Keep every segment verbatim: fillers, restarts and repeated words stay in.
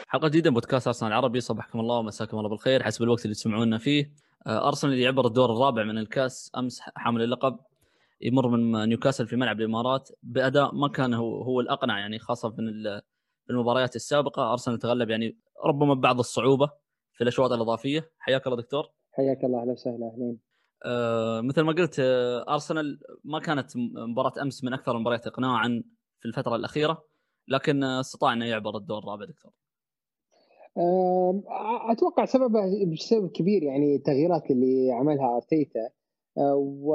حلقة جديدة من بودكاست أرسنال العربي. صبحكم الله ومساكم الله بالخير حسب الوقت اللي تسمعونا فيه. آه، أرسنال يعبر الدور الرابع من الكاس أمس، حامل اللقب يمر من نيوكاسل في ملعب الإمارات بأداء ما كان هو هو الأقنع، يعني خاصة في ال- في المباريات السابقة. أرسنال تغلب يعني ربما ببعض الصعوبة في الأشواط الإضافية. حياك الله دكتور. حياك الله، اهلا وسهلا. اهلين. آه، مثل ما قلت، آه، أرسنال ما كانت م- مباراة أمس من أكثر المباريات إقناعا في الفترة الأخيرة، لكن آه، استطاع أن يعبر الدور الرابع دكتور. أم، أ- اتوقع سبب بسبب كبير، يعني التغييرات اللي عملها ارتيتا. أه، و...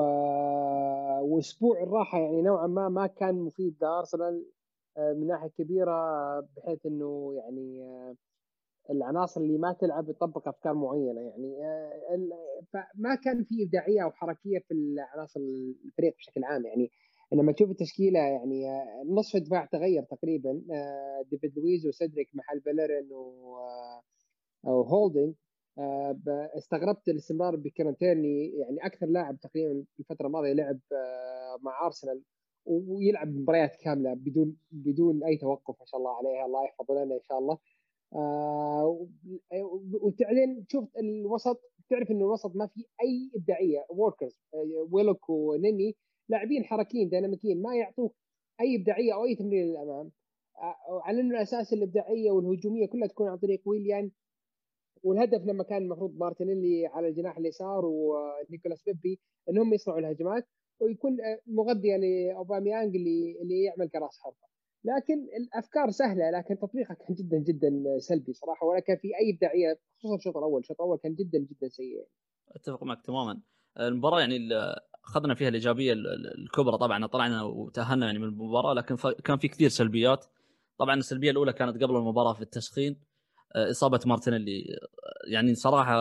واسبوع الراحه يعني نوعا ما ما كان مفيد لارسنال أه، من ناحيه كبيره، بحيث انه يعني أه، العناصر اللي ما تلعب تطبق افكار معينه، يعني أه، ال- فما كان في ابداعيه او حركيه في العناصر الفريق بشكل عام. يعني لما تشوف التشكيله، يعني آه، نصف الدفاع تغير تقريبا، آه، ديفيد لويز وسيدريك محل بيلرين و آه، او هولدنج. آه، ب- استغربت الاستمرار بكرنتيرني، يعني اكثر لاعب تقريبا في الفتره الماضيه لعب آه، مع ارسنال و- ويلعب مباريات كامله بدون بدون اي توقف، ما شاء الله عليه، الله يحفظه لنا ان شاء الله. آه، وتعلن تشوف الوسط، تعرف انه الوسط ما في اي ابداعيه. ووركرز ويلوك ونني لاعبين حركيين ديناميكيين، ما يعطوك اي ابداعيه او اي تمرير للامام. آه، على انه الاساس الابداعيه والهجوميه كلها تكون عن طريق ويليان، والهدف لما كان المفروض مارتينيلي على الجناح اليسار ونيكولاس بيبي انهم يصنعوا الهجمات، ويكون آه، مغذيه لاوباميانج اللي اللي يعمل كراس حربه. لكن الافكار سهله، لكن تطبيقها كان جدا جدا سلبي صراحه، ولا كان في اي ابداعيه، خصوصا الشوط الاول. الشوط الاول كان جدا جدا سيء. اتفق معك تماما. المباراه يعني ال- اخذنا فيها الايجابيه ال- ال- الكبرى، طبعا طلعنا وتاهلنا يعني من المباراه، لكن ف- كان في كثير سلبيات. طبعا السلبيه الاولى كانت قبل المباراه في التسخين، آه، اصابه مارتينيلي. آه، يعني صراحه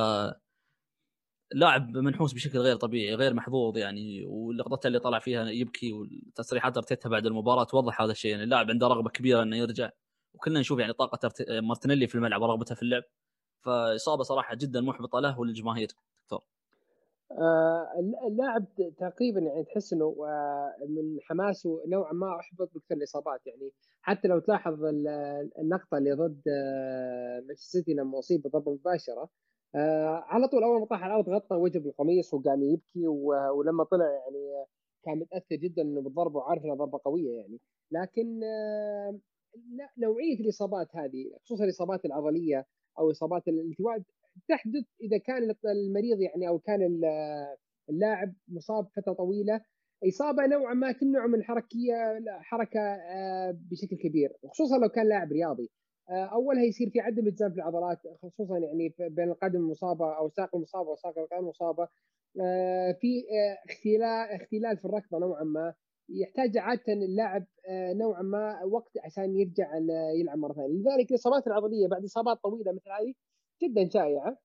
لاعب منحوس بشكل غير طبيعي، غير محظوظ يعني، واللقطات اللي طلع فيها يبكي والتصريحات ارتيتا بعد المباراه توضح هذا الشيء. يعني اللاعب عنده رغبه كبيره انه يرجع، وكلنا نشوف يعني طاقه أرت- مارتينيلي في الملعب ورغبته في اللعب. فاصابه صراحه جدا محبطه له وللجماهير دكتور. آه، اللاعب تقريبا يعني تحس انه آه، من حماسه نوعا ما احبط بكثر الاصابات. يعني حتى لو تلاحظ ال- اللقطه اللي ضد آه، مانشستر سيتي لما اصيب بضربه مباشره، آه، على طول اول ما طاح على الارض غطى وجهه بالقميص وقام يبكي، و- ولما طلع يعني كان متاثر جدا انه بالضربه وعارف انها ضربه قويه يعني. لكن آه، لا- نوعيه الاصابات هذه، خصوصا الاصابات العضليه او اصابات الالتواء، تحدث اذا كان المريض يعني او كان اللاعب مصاب فتره طويله. اصابه نوعا ما تمنعه من الحركيه، حركه آه، بشكل كبير، خصوصا لو كان لاعب رياضي. آه، اولها يصير في عدم اتزان في العضلات، خصوصا يعني في- بين القدم المصابه او الساق المصابه والساق الغير مصابه. آه، في آه، اختلال اختلال في الركبه نوعا ما، يحتاج عاده اللاعب آه، نوعا ما وقت عشان يرجع ل- يلعب مره ثانيه. لذلك الاصابات العضليه بعد اصابات طويله مثل هذه جدا شائعه.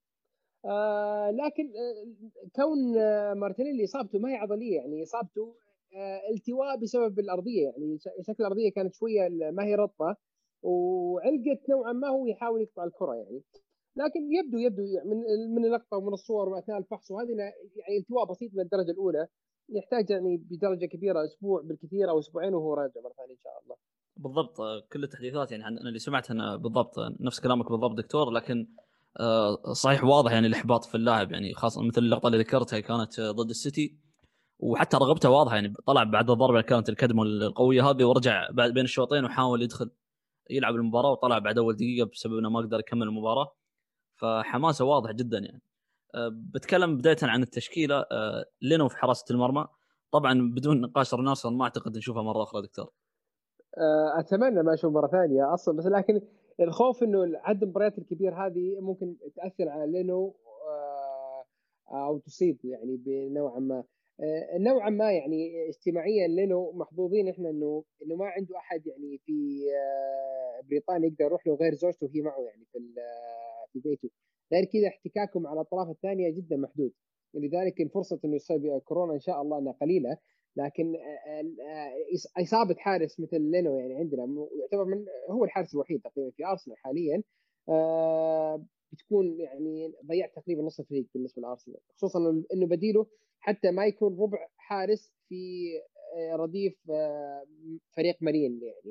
آه لكن آه كون آه مارتينيلي اصابته ما هي عضليه، يعني اصابته آه التواء بسبب الارضيه، يعني ش- شكل الارضيه كانت شويه ما هي رطبه، وعلقت نوعا ما، هو يحاول يقطع الكره يعني. لكن يبدو يبدو من من اللقطه ومن الصور واثناء الفحص، وهذه يعني التواء بسيط من الدرجه الاولى، يحتاج يعني بدرجه كبيره اسبوع بالكثير او اسبوعين وهو راجع مره ثانيه ان شاء الله. بالضبط. آه، كل التحديثات يعني عن- انا اللي سمعتها أنا بالضبط، آه، نفس كلامك بالضبط دكتور. لكن آه، صحيح واضح يعني الاحباط في اللاعب، يعني خاصه مثل اللقطه اللي ذكرتها كانت آه، ضد السيتي، وحتى رغبته واضحه. يعني طلع بعد الضربه اللي كانت الكدمه القويه هذه ورجع بعد بين الشوطين وحاول يدخل يلعب المباراه، وطلع بعد اول دقيقه بسبب انه ما قدر يكمل المباراه. فحماسه واضح جدا يعني. آه، بتكلم بدايه عن التشكيله. آه، لينو في حراسه المرمى، طبعا بدون نقاش رناصر ما اعتقد نشوفها مره اخرى دكتور. آه، اتمنى ما اشوف مره ثانيه اصلا، بس لكن الخوف انه عدد المباريات الكبير هذه ممكن تاثر على لينو، آه، او تصيب يعني بنوعا ما. آه، نوعا ما يعني اجتماعيا لينو محظوظين احنا انه انه ما عنده احد يعني في آه، بريطانيا يقدر يروح له غير زوجته وهي معه، يعني في ال- آه، في بيته. غير كذا احتكاكهم على الاطراف الثانيه جدا محدود، لذلك الفرصه انه يصيب كورونا ان شاء الله انها قليله. لكن آه، آه، اصابه حارس مثل لينو يعني عندنا يعتبر من هو الحارس الوحيد تقريبا في ارسنال حاليا، آه، بتكون يعني ضيعت تقريبا نص الفريق بالنسبه لارسنال، خصوصا انه بديله حتى ما يكون ربع حارس في آه، رديف آه، فريق مارين يعني.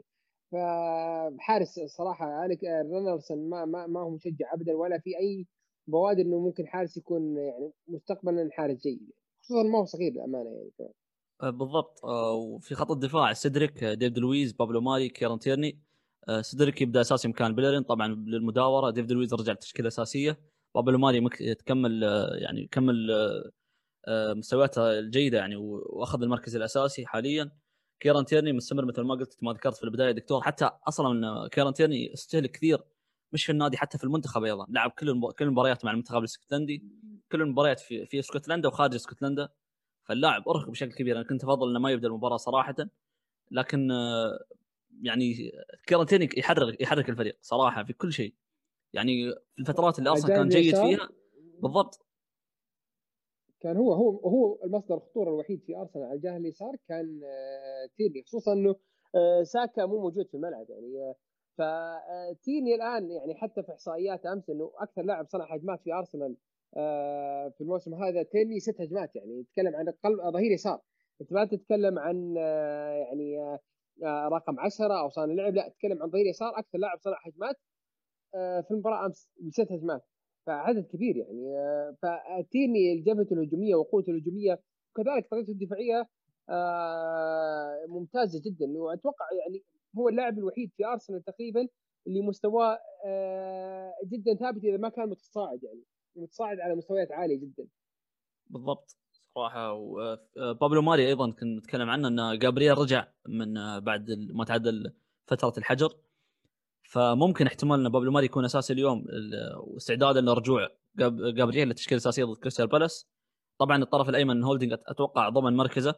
فحارس صراحه اليك رينالدسون ما ما ما هو مشجع ابدا، ولا في اي بوادر انه ممكن حارس يكون يعني مستقبلا حارس جيد، خصوصا ما هو صغير للامانه يعني. آه، بالضبط. آه، وفي خط الدفاع سيدريك، آه، ديفيد لويز، بابلو ماري، كيران تيرني. آه، سيدريك يبدا اساسي مكان بيلرين طبعا للمداوره. ديفيد لويز رجع تشكيله اساسيه. بابلو ماري مك... تكمل آه، يعني كمل آه، آه، مستوياته الجيده يعني، و- واخذ المركز الاساسي حاليا. كيران تيرني مستمر مثل ما قلت ما ذكرت في البدايه دكتور. حتى اصلا كيران تيرني استهلك كثير، مش في النادي حتى في المنتخب ايضا. لعب كل المب... كل المباريات مع المنتخب الاسكتلندي، كل المباريات في في اسكتلندا وخارج اسكتلندا. فاللاعب ارهق بشكل كبير. انا كنت افضل انه ما يبدا المباراه صراحه، لكن آه، يعني كيران يحرك يحرك الفريق صراحه في كل شيء يعني. في الفترات اللي على ارسنال الجانب كان جيد اليسار فيها. بالضبط. كان هو هو هو المصدر الخطوره الوحيد في ارسنال على الجانب اليسار كان آه، تيرني، خصوصا انه آه، ساكا مو موجود في الملعب يعني. آه، فتيرني الان يعني حتى في احصائيات امس انه اكثر لاعب صنع هجمات في ارسنال آه، في الموسم هذا تيرني ست هجمات، يعني يتكلم عن قلب ظهير يسار. انت ما تتكلم عن آه، يعني آه، آه، رقم عشرة او صانع لعب، لا تتكلم عن ظهير يسار اكثر لاعب صنع هجمات آه، في المباراه امس بست هجمات، فعدد كبير يعني. آه، فتيرني جبهته الهجوميه وقوته الهجوميه وكذلك طريقته الدفاعيه آه، ممتازه جدا. واتوقع يعني هو اللاعب الوحيد في ارسنال تقريبا اللي مستواه آه، جدا ثابت اذا ما كان متصاعد، يعني متصاعد على مستويات عاليه جدا. بالضبط صراحه. وبابلو ماري ايضا كنا نتكلم عنه ان جابرييل رجع من آه، بعد ما تعدل فتره الحجر. فممكن احتمال ان بابلو ماري يكون اساسي اليوم، ال- واستعدادا لرجوع جاب- جابرييل للتشكيله الاساسيه ضد كريستال بالاس. طبعا الطرف الايمن هولدنج أت- اتوقع ضمن مركزه.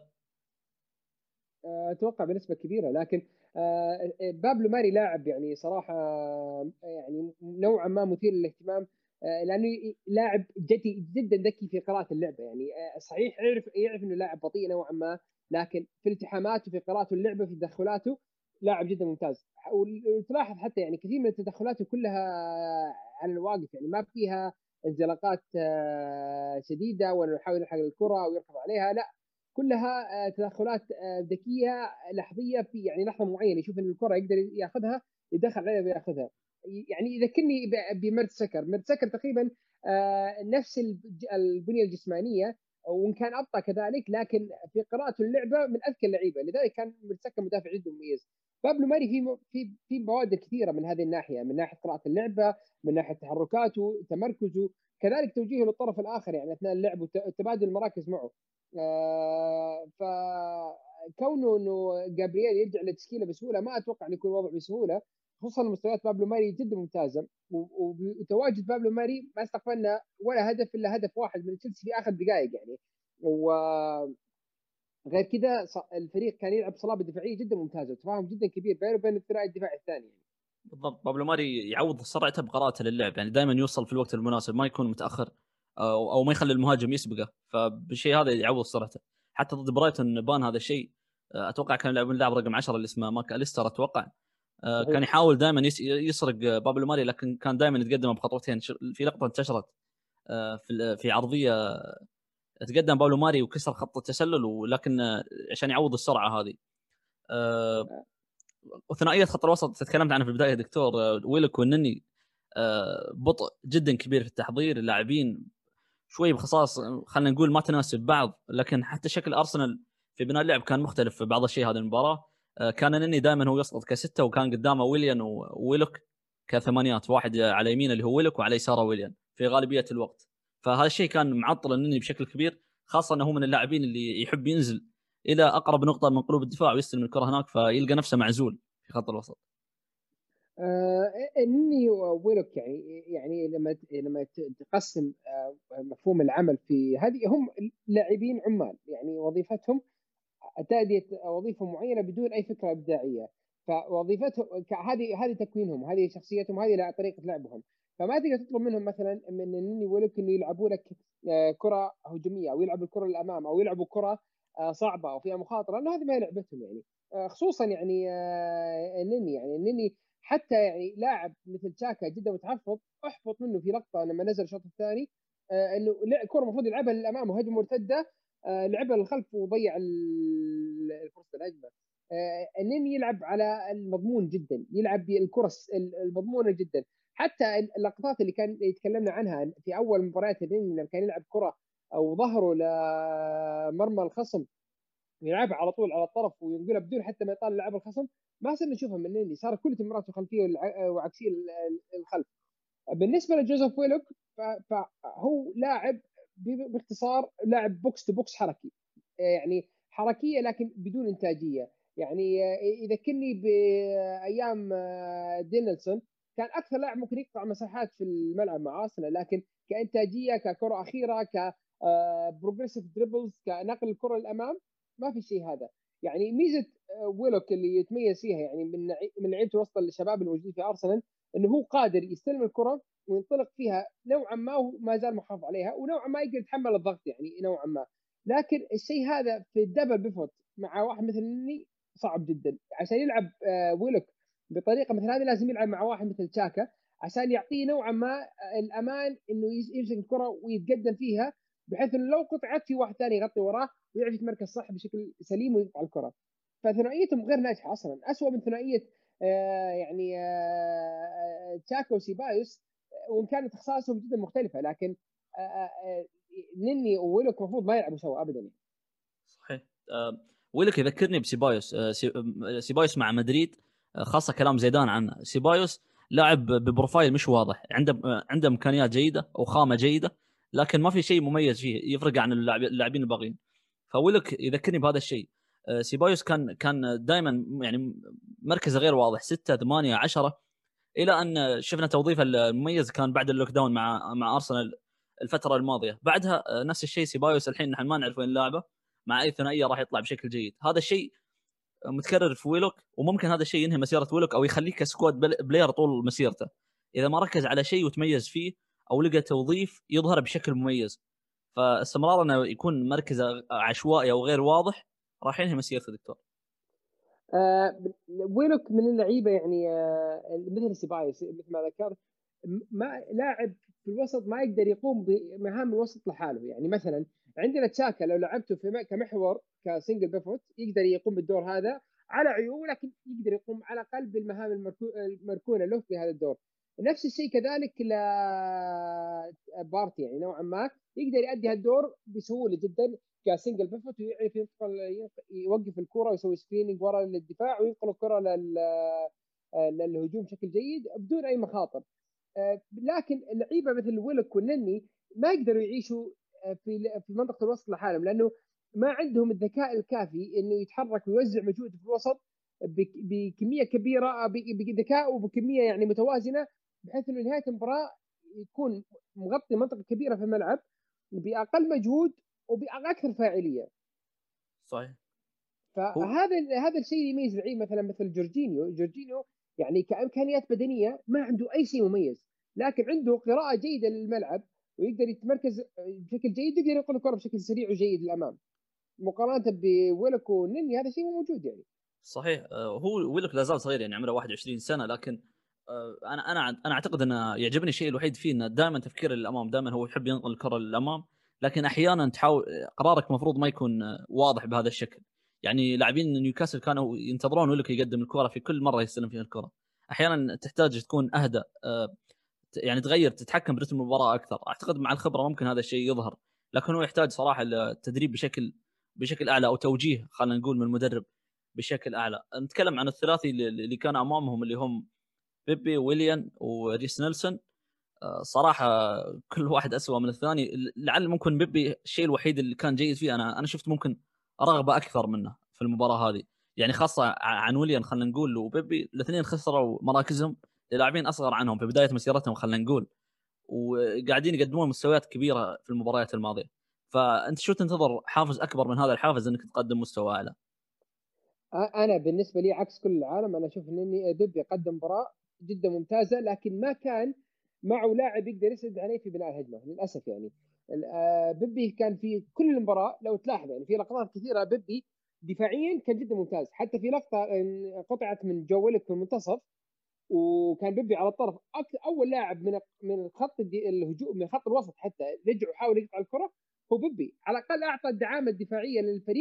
آه، اتوقع بنسبه كبيره، لكن آه، بابلو ماري لاعب يعني صراحه آه، يعني نوعا ما مثير للاهتمام، آه، لانه لاعب جدي جدا ذكي في قراءه اللعبه يعني. آه، صحيح يعرف يعرف انه لاعب بطيء نوعا ما، لكن في التحاماته في قراءته اللعبه في تدخلاته لاعب جدا ممتاز. وتلاحظ حتى يعني كثير من تدخلاته كلها على الواقف، يعني ما فيها انزلاقات آه، شديده ولا يحاول يلحق الكره او يركض عليها، لا كلها آه، تدخلات آه، ذكيه لحظيه في يعني لحظه معينه يشوف ان الكره يقدر ياخذها يدخل عليها وياخذها. يعني يذكرني ب- بميرتسكر. ميرتسكر تقريبا آه، نفس الج- البنيه الجسمانيه، وان كان ابطا كذلك، لكن في قراءته اللعبه من اذكى اللعيبه، لذلك كان ميرتسكر مدافع جدا مميز. بابلو ماري في في في بوادر كثيره من هذه الناحيه، من ناحيه قراءه اللعبه، من ناحيه تحركاته، تمركزه، كذلك توجيهه للطرف الاخر يعني اثناء اللعب وتبادل المراكز معه. آه، فكونه انه جابرييل يرجع للتشكيله بسهوله ما اتوقع انه يكون وضع بسهوله، خصوصا مستويات بابلو ماري جدا ممتازه. و- وتواجد بابلو ماري ما استقبلنا ولا هدف الا هدف واحد من تشيلسي في اخر دقائق يعني. وغير كذا ص- الفريق كان يلعب صلابه دفاعيه جدا ممتازه وتفاهم جدا كبير بينه وبين الثنائي الدفاعي الثاني يعني. بالضبط. بابلو ماري يعوض سرعته بقراءته للعب يعني، دائما يوصل في الوقت المناسب، ما يكون متاخر او او ما يخلي المهاجم يسبقه. فبالشيء هذا يعوض سرعته. حتى ضد برايتون بان هذا الشيء. آه، اتوقع كان يلعب اللاعب رقم عشرة اللي اسمه ماك اليستر اتوقع. آه، كان صحيح. يحاول دائما يس- يسرق بابلو ماري، لكن كان دائما يتقدم بخطوتين. ش- في لقطه انتشرت آه، في في عرضيه، تقدم بابلو ماري وكسر خط التسلل، ولكن آه، عشان يعوض السرعه هذه. آه، وثنائيه خط الوسط تكلمت عنها في البدايه دكتور. آه، ويلك والنني آه، بطء جدا كبير في التحضير. اللاعبين شوي بخصائص خلينا نقول ما تناسب بعض، لكن حتى شكل ارسنال في بناء اللعب كان مختلف في بعض الشيء هذه المباراه. آه، كان نني دائما هو يسقط كسته، وكان قدامه ويليان وويلوك كثمانيات، واحد على يمينه اللي هو ويلوك وعلى يساره ويليان في غالبيه الوقت. فهذا الشيء كان معطل النني بشكل كبير، خاصه انه هو من اللاعبين اللي يحب ينزل الى اقرب نقطه من قلوب الدفاع ويستلم الكره هناك، فيلقى نفسه معزول في خط الوسط. آه اني ويلوك يعني يعني لما لما تقسم آه مفهوم العمل في هذه، هم لاعبين عمال يعني وظيفتهم تأدية وظيفة معينة بدون أي فكرة إبداعية. فوظيفتهم ك- هذه هذه تكوينهم، هذه شخصيتهم، هذه طريقة لعبهم. فما تقدر تطلب منهم مثلا من نني ولك انه يلعبوا لك آه، كرة هجومية او يلعبوا الكرة للامام او يلعبوا كرة آه، صعبة او فيها مخاطرة، لانه هذه ما هي لعبتهم يعني. آه، خصوصا يعني آه، النني يعني النني حتى يعني لاعب مثل تشاكا جدا متحفظ احبط منه في لقطة لما نزل الشوط الثاني، آه، انه لع- كرة المفروض يلعبها للامام وهجمة مرتدة، آه، لعبها للخلف وضيع ال- فرصه الهجمه. النني يلعب على المضمون جدا، يلعب بالكره المضمونه جدا. حتى اللقطات اللي كان يتكلمنا عنها في اول مباريات النني لما كان يلعب كره او ظهره لمرمى الخصم يلعبها على طول على الطرف وينقلها بدون حتى ما يطالع لاعب الخصم، ما صرنا نشوفها من النني، صار كل تمريراته خلفيه وعكسيه الخلف. بالنسبه لجوزيف ويلوك فهو لاعب باختصار لاعب بوكس تو بوكس حركي، يعني حركيه لكن بدون انتاجيه. يعني يذكرني بايام دينيلسون، كان اكثر لاعب ممكن يقطع مساحات في الملعب مع ارسنال، لكن كانتاجيه ككره اخيره ك بروجريسيف دريبلز كنقل الكره للامام ما في شيء هذا. يعني ميزه ويلوك اللي يتميز فيها يعني من من لعيبه الوسط الشباب الموجودين في ارسنال انه هو قادر يستلم الكره وينطلق فيها نوعا ما وما زال محافظ عليها ونوعا ما يقدر يتحمل الضغط يعني نوعا ما. لكن الشيء هذا في الدبل بيفوت مع واحد مثل نني صعب جدا. عشان يلعب ويلوك بطريقه مثل هذه لازم يلعب مع واحد مثل تشاكا عشان يعطيه نوعا ما الامان انه يمسك الكره ويتقدم فيها، بحيث انه لو قطعت في واحد ثاني يغطي وراه ويعرف يتمركز صح بشكل سليم ويقطع الكره. فثنائيتهم غير ناجحه اصلا، اسوء من ثنائيه آه يعني آه تشاكا وسيبايوس، وان كانت اخصائصهم جدا مختلفه، لكن آه آه نني وويلوك المفروض ما يلعبوا سوا ابدا يعني. صحيح. أه ويلوك يذكرني بسيبايوس. أه سيبايوس مع مدريد، خاصه كلام زيدان عنه. سيبايوس لاعب ببروفايل مش واضح، عنده عنده امكانيات جيده وخامه جيده، لكن ما في شيء مميز فيه يفرق عن اللاعبين الباقيين. فويلوك يذكرني بهذا الشيء. أه سيبايوس كان كان دائما يعني مركزه غير واضح، ستة ثمانية عشرة، الى ان شفنا توظيفه المميز كان بعد اللوك داون مع مع ارسنال الفتره الماضيه. بعدها نفس الشيء سيبايوس الحين نحن ما نعرف وين لاعبه، مع اي ثنائيه راح يطلع بشكل جيد. هذا الشيء متكرر في ويلوك، وممكن هذا الشيء ينهي مسيره ويلوك او يخليه كسكواد بلاير طول مسيرته اذا ما ركز على شيء وتميز فيه او لقى توظيف يظهر بشكل مميز. فاستمرار انه يكون مركزه عشوائي او غير واضح راح ينهي مسيرته دكتور. آه ويلوك من اللعيبه يعني آه مثل سيبايوس مثل ما ذكرت، ما لاعب في الوسط ما يقدر يقوم بمهام الوسط لحاله. يعني مثلا عندنا تشاكا لو لعبته في كمحور كسنجل بيفوت يقدر يقوم بالدور هذا على عيوب، لكن يقدر يقوم على الاقل بالمهام المركونه له في هذا الدور. نفس الشيء كذلك لبارتي، يعني نوعا ما يقدر يؤدي هالدور بسهوله جدا كسنجل بيفوت، ويعرف ينقل يوقف الكره ويسوي سكريننج ورا للدفاع وينقل الكره لل للهجوم بشكل جيد بدون اي مخاطر. لكن اللعيبه مثل ويلوك والنني ما يقدروا يعيشوا في في منطقه الوسط لحالهم، لانه ما عندهم الذكاء الكافي انه يتحرك ويوزع مجهود في الوسط بكميه كبيره بذكاء وبكميه يعني متوازنه، بحيث انه نهايه المباراه يكون مغطي منطقه كبيره في الملعب باقل مجهود وباكثر فاعليه. صحيح. فهذا هذا الشيء يميز لعيب مثلا مثل جورجينيو. جورجينيو يعني كامكانيات بدنيه ما عنده اي شيء مميز، لكن عنده قراءه جيده للملعب ويقدر يتمركز بشكل جيد، يقدر ينقل الكره بشكل سريع وجيد للامام، مقارنه بويلوك ونني هذا شيء مو موجود يعني. صحيح. هو ويلوك لا زال صغير، يعني عمره واحد وعشرين سنه، لكن انا انا انا اعتقد انه يعجبني الشيء الوحيد فيه انه دائما تفكير للامام، دائما هو يحب ينقل الكره للامام، لكن احيانا تحاول قرارك مفروض ما يكون واضح بهذا الشكل. يعني لاعبين نيوكاسل كانوا ينتظرون ويلوك يقدم الكره في كل مره يستلم فيها الكره. احيانا تحتاج تكون اهدى، يعني تغير تتحكم برتم المباراه اكثر. اعتقد مع الخبره ممكن هذا الشيء يظهر، لكن هو يحتاج صراحه التدريب بشكل بشكل اعلى او توجيه خلينا نقول من المدرب بشكل اعلى. نتكلم عن الثلاثي اللي كان امامهم اللي هم بيبي ويليان وريس نيلسون. صراحه كل واحد أسوأ من الثاني. لعل ممكن بيبي الشيء الوحيد اللي كان جيد فيه انا انا شفت ممكن رغبه اكثر منه في المباراه هذه، يعني خاصه عن ويليان خلينا نقول وبيبي. الاثنين خسروا مراكزهم للاعبين اصغر عنهم في بدايه مسيرتهم خلينا نقول، وقاعدين يقدمون مستويات كبيره في المباريات الماضيه. فانت شو تنتظر حافز اكبر من هذا الحافز انك تقدم مستوى اعلى؟ انا بالنسبه لي عكس كل العالم، انا اشوف اني بيبي قدم مباراه جدا ممتازه، لكن ما كان معه لاعب يقدر يسد عليه في بناء الهجمه للاسف. يعني بيبي كان في كل المباراه لو تلاحظ يعني في لقطات كثيره بيبي دفاعيا كان جدا ممتاز، حتى في لقطه قطعت من جو ويلك في المنتصف وكان بيبي على الطرف اول لاعب من من خط الهجوم من خط الوسط حتى رجع وحاول يقطع الكره هو بيبي، على الاقل اعطى الدعامه الدفاعيه للفريق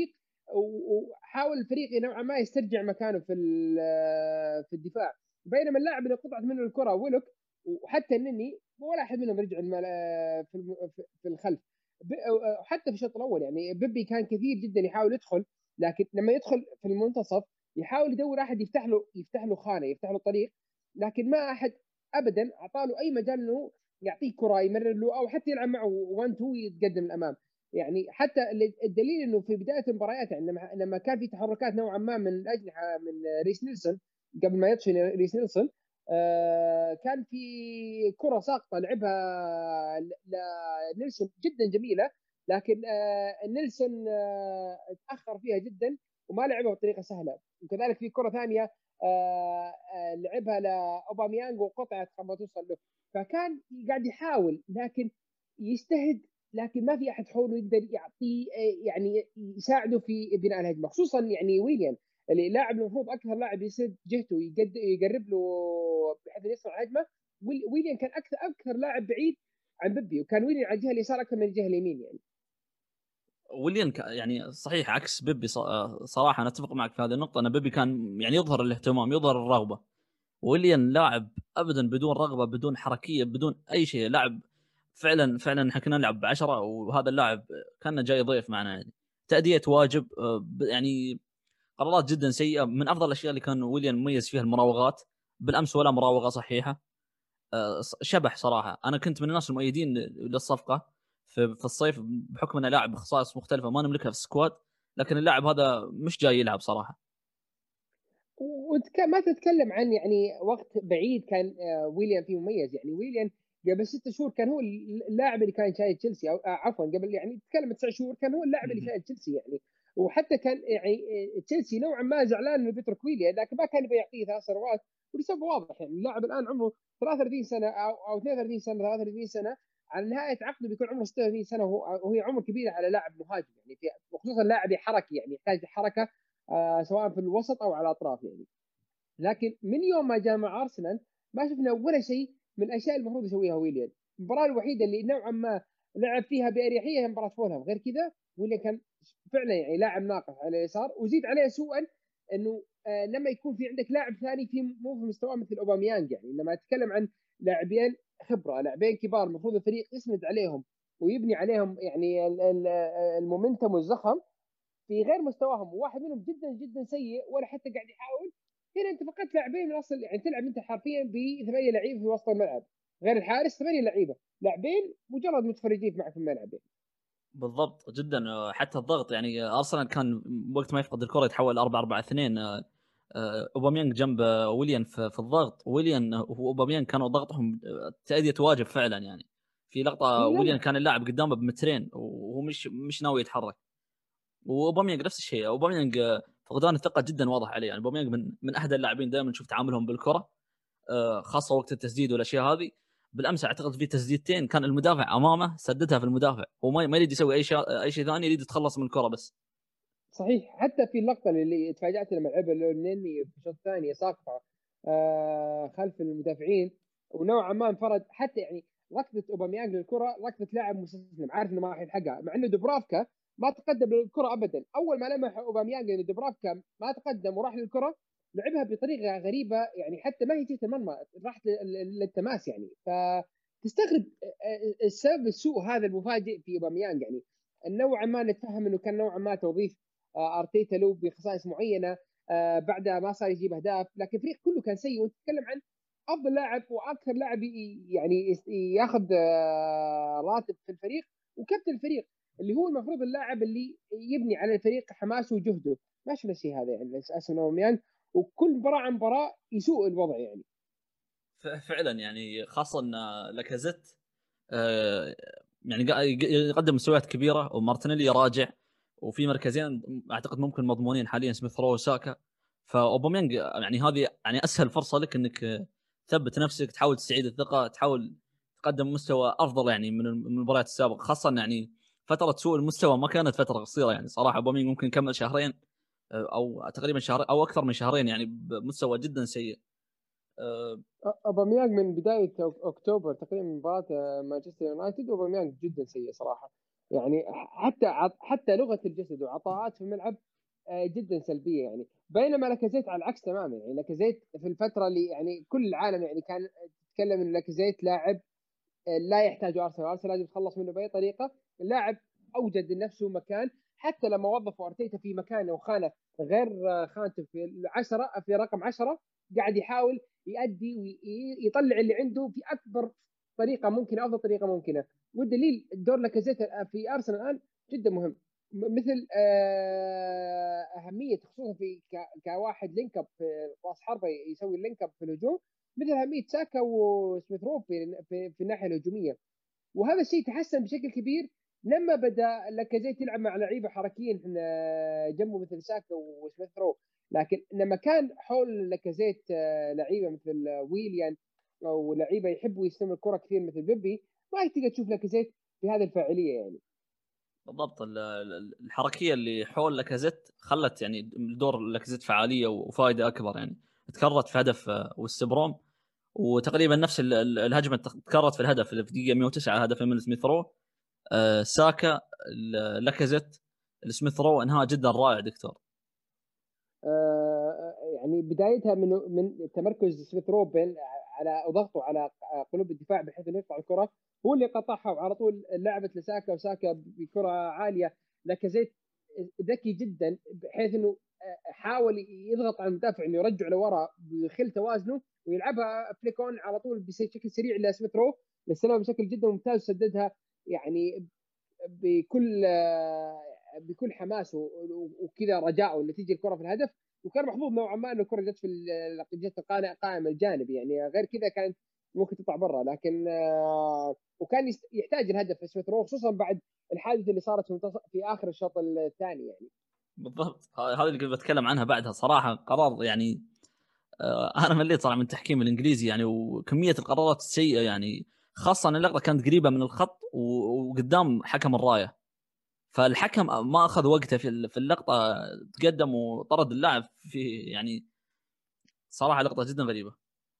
وحاول الفريق نوعا ما يسترجع مكانه في في الدفاع، بينما اللاعب اللي قطعت منه الكره ويلوك وحتى النني ولا احد منهم رجع في في الخلف. وحتى في الشوط الاول يعني بيبي كان كثير جدا يحاول يدخل، لكن لما يدخل في المنتصف يحاول يدور احد يفتح له يفتح له خانه، يفتح له طريق، لكن ما احد ابدا اعطى له اي مجال انه يعطيه كره يمرر له او حتى يلعب معه واحد اثنين يتقدم الامام. يعني حتى الدليل انه في بدايه المباريات يعني لما لما كان في تحركات نوعا ما من الاجنحه من ريس نيلسون قبل ما يطفي ريس نيلسون، آه كان في كره ساقطه لعبها لنيلسون جدا جميله، لكن آه نيلسون آه تاخر فيها جدا وما لعبها بطريقه سهله. وكذلك في كره ثانيه آه آه لعبها لاوباميانغ وقطعت قبل ما توصل له، فكان قاعد يحاول لكن يجتهد، لكن ما في احد حوله يقدر يعطيه يعني يساعده في بناء الهجمه، خصوصا يعني ويليان اللي لاعب المفروض اكثر لاعب يسد جهته يقرب له بحيث يصنع هجمه. ويليان كان اكثر اكثر لاعب بعيد عن بيبي، وكان ويليان على الجهه اليسار اكثر من الجهه اليمين يعني. ويليان يعني صحيح عكس بيبي صراحه، انا اتفق معك في هذه النقطه، ان بيبي كان يعني يظهر الاهتمام يظهر الرغبه، ويليان لاعب ابدا بدون رغبه بدون حركيه بدون اي شيء، لاعب فعلا فعلا احنا كنا نلعب بعشرة وهذا اللاعب كان جاي ضيف معنا يعني. تأدية واجب يعني قرارات جدا سيئة. من أفضل الأشياء اللي كان ويليان مميز فيها المراوغات، بالأمس ولا مراوغة صحيحة. شبح صراحة. أنا كنت من الناس المؤيدين للصفقة في في الصيف بحكم أنه لاعب بخصائص مختلفة ما نملكها في السكواد، لكن اللاعب هذا مش جاي يلعب صراحة. وانت ما تتكلم عن يعني وقت بعيد كان ويليان فيه مميز، يعني ويليان قبل ست شهور كان هو اللاعب اللي كان شايل تشيلسي، او عفوا قبل يعني تتكلم تسع شهور كان هو اللاعب اللي شايل تشيلسي يعني. وحتى كان يعني تشيلسي نوعا ما زعلان انه بيترك ويليان، لكن ما كان يبي يعطيه ثلاث سنوات ولسبب واضح. يعني اللاعب الان عمره ثلاثة وثلاثين سنه او او اثنين وثلاثين سنه ثلاثة وثلاثين سنه، على نهايه عقده بيكون عمره ستة وثلاثين سنه، وهي عمر كبير على لاعب مهاجم يعني، وخصوصا لاعب حركي يعني يحتاج حركه آه سواء في الوسط او على الاطراف يعني. لكن من يوم ما جاء مع ارسنال ما شفنا ولا شيء من الاشياء المفروض يسويها ويليان. المباراه الوحيده اللي نوعا ما لعب فيها باريحيه هي مباراه فولهام، غير كذا ويليان كان فعلا يعني لاعب ناقص على اليسار. وزيد عليه سوءا انه آه لما يكون في عندك لاعب ثاني في مو في مستواه مثل اوباميانج، يعني لما اتكلم عن لاعبين خبره لاعبين كبار المفروض الفريق يسند عليهم ويبني عليهم يعني المومنتم والزخم، في غير مستواهم وواحد منهم جدا جدا سيء ولا حتى قاعد يحاول. هنا انت فقدت لاعبين من اصل، يعني تلعب انت حرفيا بثمانيه لعيبه في وسط الملعب غير الحارس، ثمانيه لعيبه، لاعبين مجرد متفرجين معك في الملعب. بالضبط جدا. حتى الضغط يعني ارسنال كان وقت ما يفقد الكره يتحول أربعة أربعة اثنين. اوباميانج جنب ويليان في الضغط، ويليان واوباميانج كانوا ضغطهم تأدية واجب فعلا يعني. في لقطه إيه لا ويليان لا. كان اللاعب قدامه بمترين وهو مش مش ناوي يتحرك. واوباميانج نفس الشيء. اوباميانج فقدان الثقه جدا واضح عليه يعني. اوباميانج من من احد اللاعبين دائما نشوف تعاملهم بالكره خاصه وقت التسديد والاشياء هذه. بالامس اعتقد في تسديدتين كان المدافع امامه سددها في المدافع، وما ما يريد يسوي اي شيء اي شيء ثاني، يريد يتخلص من الكره بس. صحيح، حتى في اللقطه اللي تفاجات لما لعبها لونيني في الشوط الثاني ساقطه آه خلف المدافعين ونوعا ما انفرد، حتى يعني ركضه اوباميانج للكره ركضه لاعب مستسلم عارف انه ما راح يلحقها، مع انه دوبرافكا ما تقدم للكره ابدا. اول ما لمح اوباميانج ان دوبرافكا ما تقدم وراح للكره لعبها بطريقه غريبه يعني، حتى ما هي جهه المرمى راحت للتماس يعني. فتستغرب السبب السوء هذا المفاجئ في اوباميانج يعني. نوعا ما نتفهم انه كان نوعا ما توظيف ارتيتا له بخصائص معينه آه بعد ما صار يجيب اهداف، لكن الفريق كله كان سيء. وانت تتكلم عن افضل لاعب واكثر لاعب يعني ياخذ آه راتب في الفريق وكابتن الفريق، اللي هو المفروض اللاعب اللي يبني على الفريق حماسه وجهده. ما شفنا الشيء هذا يعني للاسف نوميان، وكل مباراه عن مباراه يسوء الوضع يعني. فعلا يعني خاصه ان لاكازيت آه يعني يقدم مستويات كبيره، ومارتينيلي راجع، وفي مركزين اعتقد ممكن مضمونين حاليا سميث رو وساكا. فاوباميانج يعني هذه يعني اسهل فرصه لك انك تثبت نفسك، تحاول تستعيد الثقه، تحاول تقدم مستوى افضل يعني من المباريات السابقه. خاصه يعني فتره سوء المستوى ما كانت فتره قصيره يعني صراحه. اوباميانج ممكن يكمل شهرين او تقريبا شهر او اكثر من شهرين يعني بمستوى جدا سيء. أه اوباميانج من بدايه اكتوبر تقريبا مباراه مانشستر يونايتد اوباميانج جدا سيء صراحه. يعني حتى حتى لغه الجسد وعطاءات في الملعب جدا سلبيه يعني. بينما لاكازيت على العكس تماما، يعني لاكازيت في الفتره اللي يعني كل العالم يعني كان تتكلم ان لاكازيت لاعب لا يحتاج ارسنال، ارسنال لازم يتخلص منه باي طريقه. اللاعب اوجد لنفسه مكان، حتى لما وظفوا ارتيتا في مكانه وخانه غير خانته في العشرة في رقم عشرة، قاعد يحاول يؤدي ويطلع اللي عنده في اكبر طريقه ممكنه، افضل طريقه ممكنه. والدليل دور لاكازيت في ارسنال الان جدا مهم، مثل اهميه خصوصا في كواحد لينك اب في راس حربه يسوي اللينك اب في الهجوم، مثل اهميه ساكا وسميث رو في, في, في الناحيه الهجوميه. وهذا الشيء تحسن بشكل كبير لما بدا لاكازيت يلعب مع لعيبه حركيين جنبه مثل ساكا وسميث رو. لكن لما كان حول لاكازيت لعيبه مثل ويليان او لعيبه يحبوا يستلموا الكره كثير مثل بيبي، ما تقدر تشوف لاكازيت بهذه الفاعليه يعني. بالضبط، الحركيه اللي حول لاكازيت خلت يعني دور لاكازيت فعاليه وفائده اكبر، يعني تكررت في هدف واستبروم، وتقريبا نفس الهجمه تكررت في الهدف في دقيقه مئة وتسعة، هدف من سميث رو. أه ساكا، لاكازيت، سميث رو انهاء جدا رائع دكتور. آه يعني بدايتها من من تمركز سميث رو بين على وضغطه على قلوب الدفاع بحيث انه يقطع الكره، هو اللي قطعها وعلى طول لعبت لساكا، وساكا بكره عاليه. لاكازيت ذكي جدا بحيث انه حاول يضغط على المدافع انه يرجع لورا ويخل توازنه ويلعبها فليكون على طول بشكل سريع لسميث رو، للسلام بشكل جدا ممتاز، سددها يعني بكل بكل حماس وكذا رجاء انه تيجي الكره في الهدف. وكان محظوظ نوعا ما انه الكره جت في جت قائم الجانبي، يعني غير كذا كانت ممكن تطلع برا. لكن وكان يحتاج الهدف سميث رو خصوصا بعد الحادثه اللي صارت في اخر الشوط الثاني يعني. بالضبط، هذا اللي كنت بتكلم عنها بعدها صراحه. قرار يعني آه انا مليت صراحه من التحكيم الانجليزي يعني، وكميه القرارات السيئه يعني، خاصه ان اللقطه كانت قريبه من الخط وقدام حكم الرايه، فالحكم ما اخذ وقته في اللقطه، تقدم وطرد اللاعب في يعني صراحه لقطه جدا غريبه.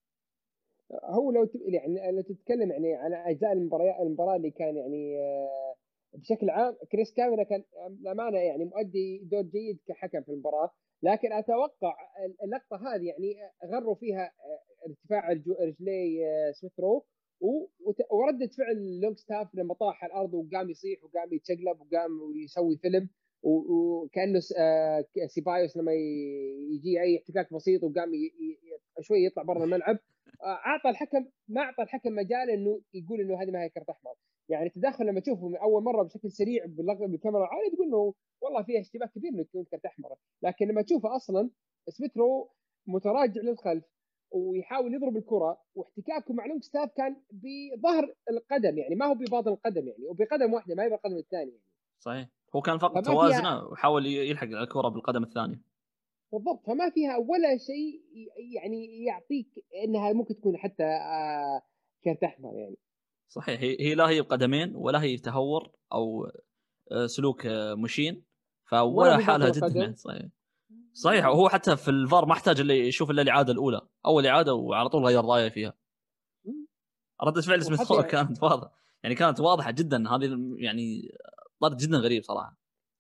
هو لو يعني لو تتكلم يعني على اجزاء المباراه المباراه اللي كان يعني بشكل عام كريس كافينا كان بامانه يعني مؤدي دور جيد كحكم في المباراه. لكن اتوقع اللقطه هذه يعني غروا فيها ارتفاع رجلي سميث رو ورده فعل لونج ستاف لما طاح على الارض وقام يصيح وقام يتشقلب وقام يسوي فيلم، وكانه سيبايوس لما يجي اي احتكاك بسيط وقام شوي يطلع برا الملعب. اعطى الحكم ما اعطى الحكم مجال انه يقول انه هذه ما هي كرت احمر. يعني تدخل لما تشوفه من اول مره بشكل سريع بالكاميرا العاليه تقول انه والله فيها اشتباه كبير انه يكون كرت احمر. لكن لما تشوفه اصلا سميث رو متراجع للخلف ويحاول يضرب الكره، واحتكاكه مع لونج ستاف كان بظهر القدم يعني ما هو بباطن القدم يعني، وبقدم واحده ما هي بالقدم الثانيه يعني. صحيح، هو كان فقد فما فيها توازنه وحاول يلحق على الكره بالقدم الثانيه. بالضبط، فما فيها ولا شيء يعني يعطيك انها ممكن تكون حتى آه كرت احمر يعني. صحيح، هي لا هي بقدمين ولا هي تهور او سلوك مشين، ولا فولا بباطن حالها جدا. القدم. صحيح صحيح، وهو حتى في الفار ما احتاج اللي يشوف الا الاعاده الاولى، اول اعاده وعلى طول غير رايه فيها. ردة فعل سميث وحتى رو يعني كانت واضحه يعني، كانت واضحه جدا. هذه يعني طرد جدا غريب صراحه.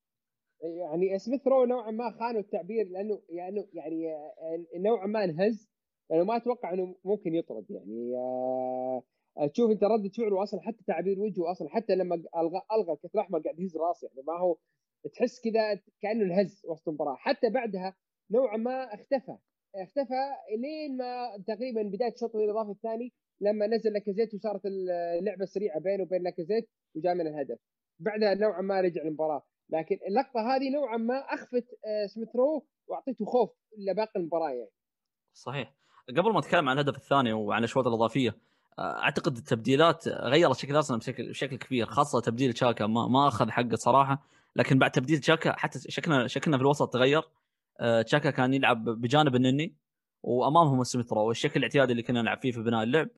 يعني سميث رو نوعا ما خانوا التعبير لانه يعني يعني نوعا ما انهز، لانه ما اتوقع انه ممكن يطرد يعني. آه تشوف انت رده فعله اصلا، حتى تعبير وجهه اصلا، حتى لما الغى الغى الكرت الاحمر قاعد يهز راسه يعني، ما هو تحس كذا كانه انهز وسط المباراه. حتى بعدها نوعا ما اختفى اختفى لين ما تقريبا بدايه الشوط الاضافي الثاني لما نزل لاكازيت وصارت اللعبه السريعه بينه وبين لاكازيت وجاء من الهدف. بعدها نوعا ما رجع المباراه. لكن اللقطه هذه نوعا ما اخفت سميث رو واعطيته خوف لباقي المباراه يعني. صحيح. قبل ما نتكلم عن الهدف الثاني وعن الاشواط الاضافيه، اعتقد التبديلات غيرت شكل ارسنال بشكل بشكل كبير، خاصه تبديل تشاكا ما, ما اخذ حقه صراحه. لكن بعد تبديل تشاكا حتى شكلنا شكلنا في الوسط تغير. تشاكا كان يلعب بجانب النني وامامهم سميث رو، والشكل الاعتيادي اللي كنا نلعب فيه في بناء اللعب.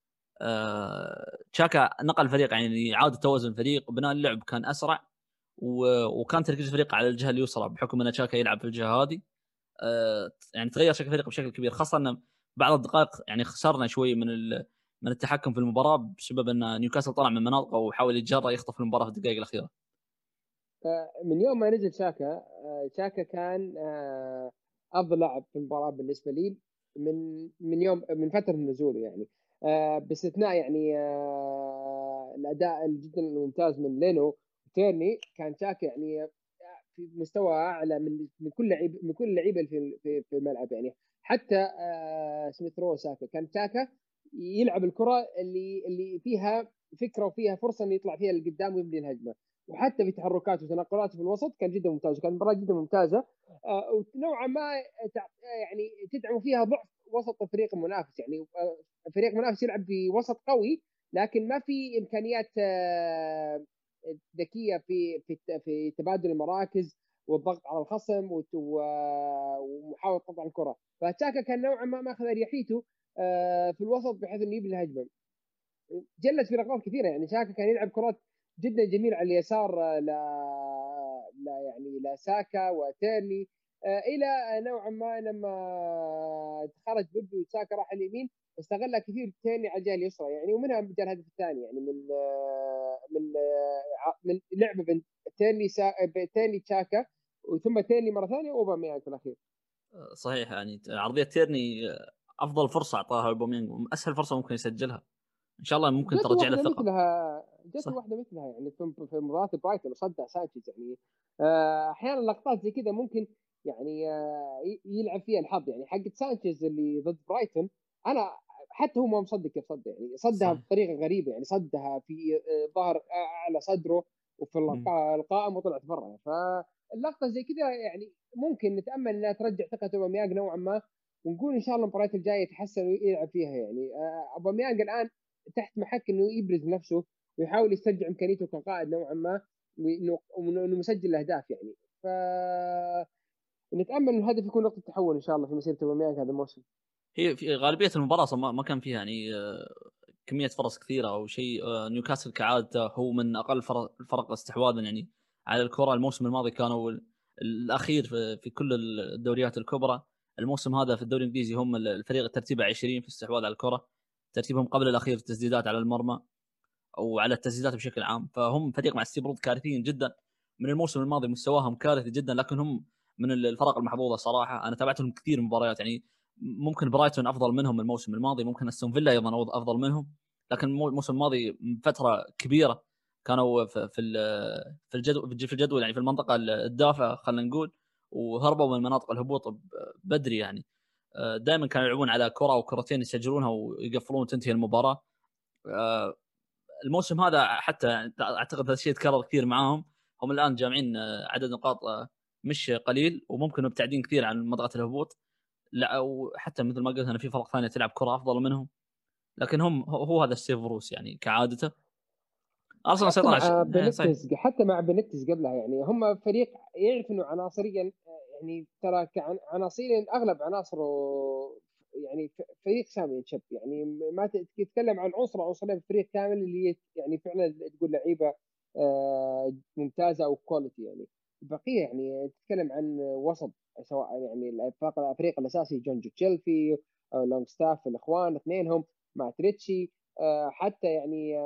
تشاكا نقل الفريق يعني عاد توازن الفريق، بناء اللعب كان اسرع، وكان تركيز الفريق على الجهه اليسرى بحكم ان تشاكا يلعب في الجهه هذه. يعني تغير شكل الفريق بشكل كبير، خاصه ان بعض الدقائق يعني خسرنا شوي من من التحكم في المباراه بسبب ان نيوكاسل طلع من مناطقه وحاول يتجرأ يخطف المباراه في الدقائق الاخيره. من يوم ما نزل شاكا، شاكا كان افضل لاعب في المباراه بالنسبه لي من من يوم من فتره نزوله يعني، باستثناء يعني الاداء جدا ممتاز من لينو وتيرني. كان شاكا يعني في مستوى اعلى من من كل لعيب من كل اللعيبه في في في الملعب يعني. حتى سميث رو ساكا، كان شاكا يلعب الكره اللي اللي فيها فكره وفيها فرصه انه يطلع فيها لقدام ويبني الهجمه، وحتى في تحركاته وتنقلاته في الوسط كان جدا ممتاز. كان مباراه جدا ممتازه، آه، ونوعا ما يعني تدعم فيها ضعف وسط الفريق المنافس يعني. الفريق المنافس يلعب في وسط قوي لكن ما في امكانيات آه، ذكيه في في في تبادل المراكز والضغط على الخصم ومحاوله قطع الكره. فتشاكا كان نوعا ما ماخذ اريحيته آه، في الوسط بحيث انه يبني الهجمه. جلت في لقطات كثيره يعني، شاكا كان يلعب كرات جدا جميله على اليسار ل لا يعني لساكا وتيرني، آه الى نوعا ما لما خرج بدو وساكا راح اليمين استغلها كثير تيرني على الجهه اليسرى يعني، ومنها جاء الهدف الثاني يعني من آه من آه من لعبه بين تيرني سا... تيرني تشاكا وثم تيرني مره ثانيه واوباميانج في الاخير. صحيح يعني عرضيه تيرني افضل فرصه اعطاها اوباميانج، اسهل فرصه ممكن يسجلها، ان شاء الله ممكن جت ترجع له واحده ثقه. مثلها جت صح. واحده مثلها يعني في في مباراه برايتون وصدها سانشيز يعني. آه، احيانا لقطات زي كذا ممكن يعني آه، يلعب فيها الحظ يعني. حق سانشيز اللي ضد برايتون، انا حتى هو ما مصدق كيف صد يعني، صدها صحيح. بطريقه غريبه يعني، صدها في آه، ظهر اعلى صدره وفي القائم وطلعت برا. فاللقطه زي كذا يعني ممكن نتامل انها ترجع ثقه اوباميانج نوعا ما، ونقول ان شاء الله المباريات الجايه يتحسن ويلعب فيها يعني. آه، اوباميانج الان تحت محك انه يبرز نفسه ويحاول يسترجع امكانيته كقائد نوعا ما، وانه مسجل الاهداف يعني. ف نتامل ان الهدف يكون نقطه تحول ان شاء الله في مسيره اوباميانج هذا الموسم. هي في غالبيه المباراه اصلا ما كان فيها يعني كميه فرص كثيره او شيء. نيوكاسل كعادته هو من اقل الفرق استحواذا يعني على الكره. الموسم الماضي كانوا الاخير في كل الدوريات الكبرى. الموسم هذا في الدوري الانجليزي هم الفريق ترتيبه عشرين في الاستحواذ على الكره، ترتيبهم قبل الاخير في التسديدات على المرمى او على التسديدات بشكل عام. فهم فريق مع ستيف كارثيين جدا. من الموسم الماضي مستواهم كارثي جدا، لكن هم من الفرق المحظوظه صراحه. انا تابعت لهم كثير مباريات يعني، ممكن برايتون افضل منهم الموسم الماضي، ممكن استون فيلا ايضا افضل منهم، لكن الموسم الماضي فتره كبيره كانوا في في في الجدول في الجدول يعني في المنطقه الدافئه خلينا نقول، وهربوا من مناطق الهبوط بدري يعني. دائما كانوا يلعبون على كره او كرتين يسجلونها ويقفلون وتنتهي المباراه. الموسم هذا حتى اعتقد هذا الشيء يتكرر كثير معاهم. هم الان جامعين عدد نقاط مش قليل، وممكن مبتعدين كثير عن منطقه الهبوط. لا وحتى مثل ما قلت انا في فرق ثانيه تلعب كره افضل منهم، لكن هم هو هذا ستيف بروس يعني كعادته. ارسنال حتى سيطر على مع ش... صحيح. بنتز حتى مع بنتز قبلها يعني، هم فريق يعرف انه عناصريا يعني، ترى عناصريا اغلب عناصره يعني فريق شامل شب يعني. ما تتكلم عن عنصر عنصرين في فريق كامل اللي يعني فعلا تقول لعيبه آه، ممتازه او كواليتي يعني. البقيه يعني تتكلم عن وسط، سواء يعني الفريق الاساسي جون جو تشيلفي او لونج ستاف الاخوان اثنينهم مع تريتشي، آه، حتى يعني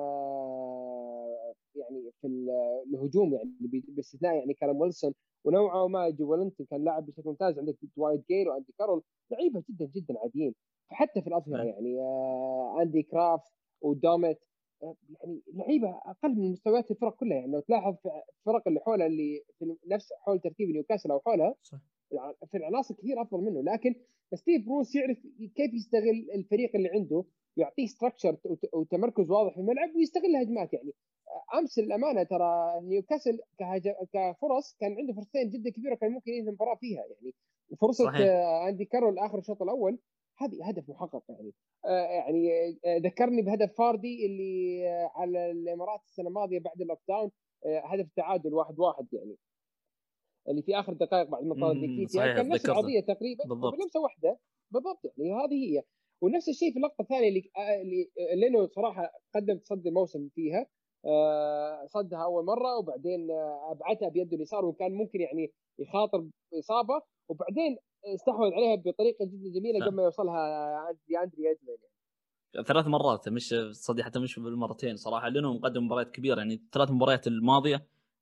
آه، يعني في الهجوم يعني باستثناء يعني كلام ويلسون ونوعا ما جو ولنتون كان لاعب بشكل ممتاز. عندك دوايت جيل واندي كارول لعيبه جدا جدا عاديين. فحتى في الاظهره يعني آه، اندي كرافت ودوميت آه، يعني لعيبه اقل من مستويات الفرق كلها يعني. لو تلاحظ في الفرق اللي حولها اللي في نفس حول ترتيب نيوكاسل او حولها صح. في العناصر كثير افضل منه، لكن ستيف بروس يعرف كيف يستغل الفريق اللي عنده ويعطيه ستراكشر وتمركز واضح في الملعب ويستغل الهجمات يعني. امس الامانه ترى نيوكاسل كفرص كان عنده فرصتين جدا كبيره كان ممكن ينهي المباراه فيها يعني. فرصه صحيح. اندي كارول اخر الشوط الاول هذه هدف محقق يعني. يعني ذكرني بهدف فاردي اللي على الامارات السنه الماضيه بعد اللوك داون، هدف التعادل واحد واحد يعني، اللي في اخر دقائق بعد ما طرد نيكيتيا، صحيح كان نفس تذكرته القضيه تقريبا بالضبط. وبلمسه واحده بالضبط يعني. هذه هي. ونفس الشيء في اللقطه الثانيه اللي اللي لينو صراحه قدم تصدي الموسم فيها، صدها اول مره وبعدين ابعتها بيده اليسار وكان ممكن يعني يخاطر باصابه، وبعدين استحوذ عليها بطريقه جدا جميله قبل ما يوصلها لاندري ادمان يعني ثلاث مرات مش صدي، حتى مش بالمرتين صراحه، لانه مقدم مباريات كبيره يعني. الثلاث مباريات الماضيه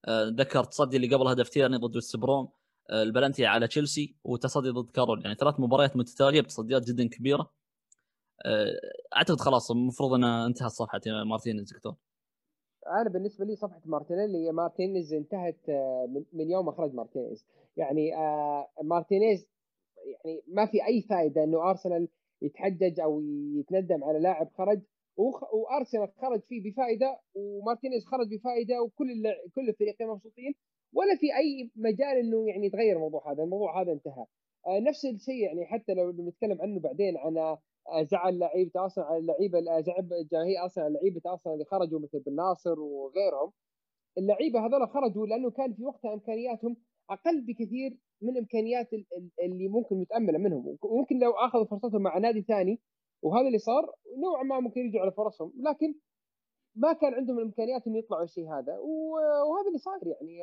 ذكر تصدي اللي قبل هدف تيرني ضد وست بروم، البلنتي على تشيلسي، وتصدي ضد كارول، يعني ثلاث مباريات متتاليه بتصديات جدا كبيره. اعتقد خلاص المفروض ان انتهت صفحه مارتينيز دكتور. انا بالنسبه لي صفحه مارتينيلي مارتينيز انتهت من يوم ما خرج مارتينيز. يعني مارتينيز يعني ما في اي فائده انه ارسنال يتحجج او يتندم على لاعب خرج، وارسنال خرج فيه بفائده ومارتينيز خرج بفائده وكل كل الفريقين مبسوطين، ولا في اي مجال انه يعني يتغير الموضوع هذا. الموضوع هذا انتهى. نفس الشيء يعني حتى لو نتكلم عنه بعدين عن زعل لعيبه ارسنال على اللعيبه، زعل جماهير ارسنال لعيبه ارسنال اللي خرجوا مثل بن ناصر وغيرهم. اللعيبه هذول خرجوا لانه كان في وقتها امكانياتهم اقل بكثير من امكانيات اللي ممكن متامله منهم، وممكن لو اخذوا فرصتهم مع نادي ثاني وهذا اللي صار نوعا ما ممكن يرجعوا على فرصهم، لكن ما كان عندهم الامكانيات انه يطلعوا الشيء هذا، وهذا اللي صار. يعني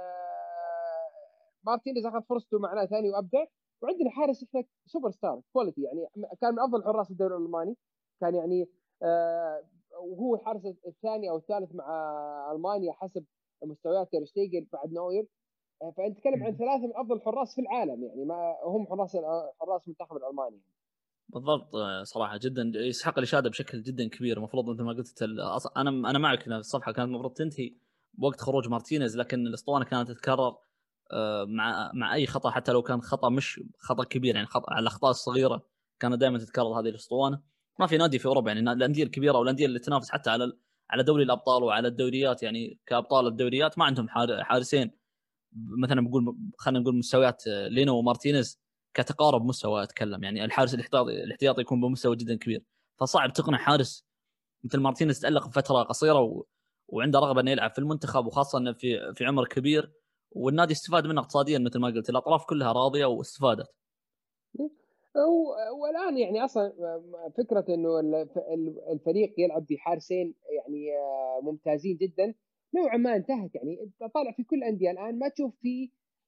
مارتينيز اخذ فرصته مع نادي ثاني وابدع، وعندنا حارس احنا سوبر ستار كواليتي، يعني كان من افضل حراس الدوري الالماني، كان يعني آه وهو الحارس الثاني او الثالث مع المانيا حسب مستويات تير شتيجن بعد نوير. فانت تتكلم عن ثلاثه من افضل الحراس في العالم، يعني ما هم حراس حراس المنتخب الالماني. بالضبط صراحه جدا يسحق الاشاده بشكل جدا كبير. المفروض مثل ما قلت انا انا معك ان الصفحه كانت المفروض تنتهي بوقت خروج مارتينيز، لكن الاسطوانه كانت تتكرر مع مع اي خطا، حتى لو كان خطا مش خطا كبير، يعني خطا على الاخطاء الصغيره كانت دائما تتكرر هذه الاسطوانه. ما في نادي في اوروبا، يعني الانديه الكبيره والانديه اللي تنافس حتى على على دوري الابطال وعلى الدوريات، يعني كابطال الدوريات ما عندهم حارسين مثلا بقول خلينا نقول مستويات لينو ومارتينيز كتقارب مستوى. اتكلم يعني الحارس الاحتياطي الاحتياطي يكون بمستوى جدا كبير، فصعب تقنع حارس مثل مارتينيز تألق بفتره قصيره و... وعنده رغبه انه يلعب في المنتخب، وخاصه انه في في عمر كبير والنادي استفاد منه اقتصاديا مثل ما قلت، الاطراف كلها راضيه واستفادت. والان يعني اصلا فكره انه الفريق يلعب بحارسين يعني ممتازين جدا نوعا ما انتهت. يعني طالع في كل الانديه الان ما تشوف في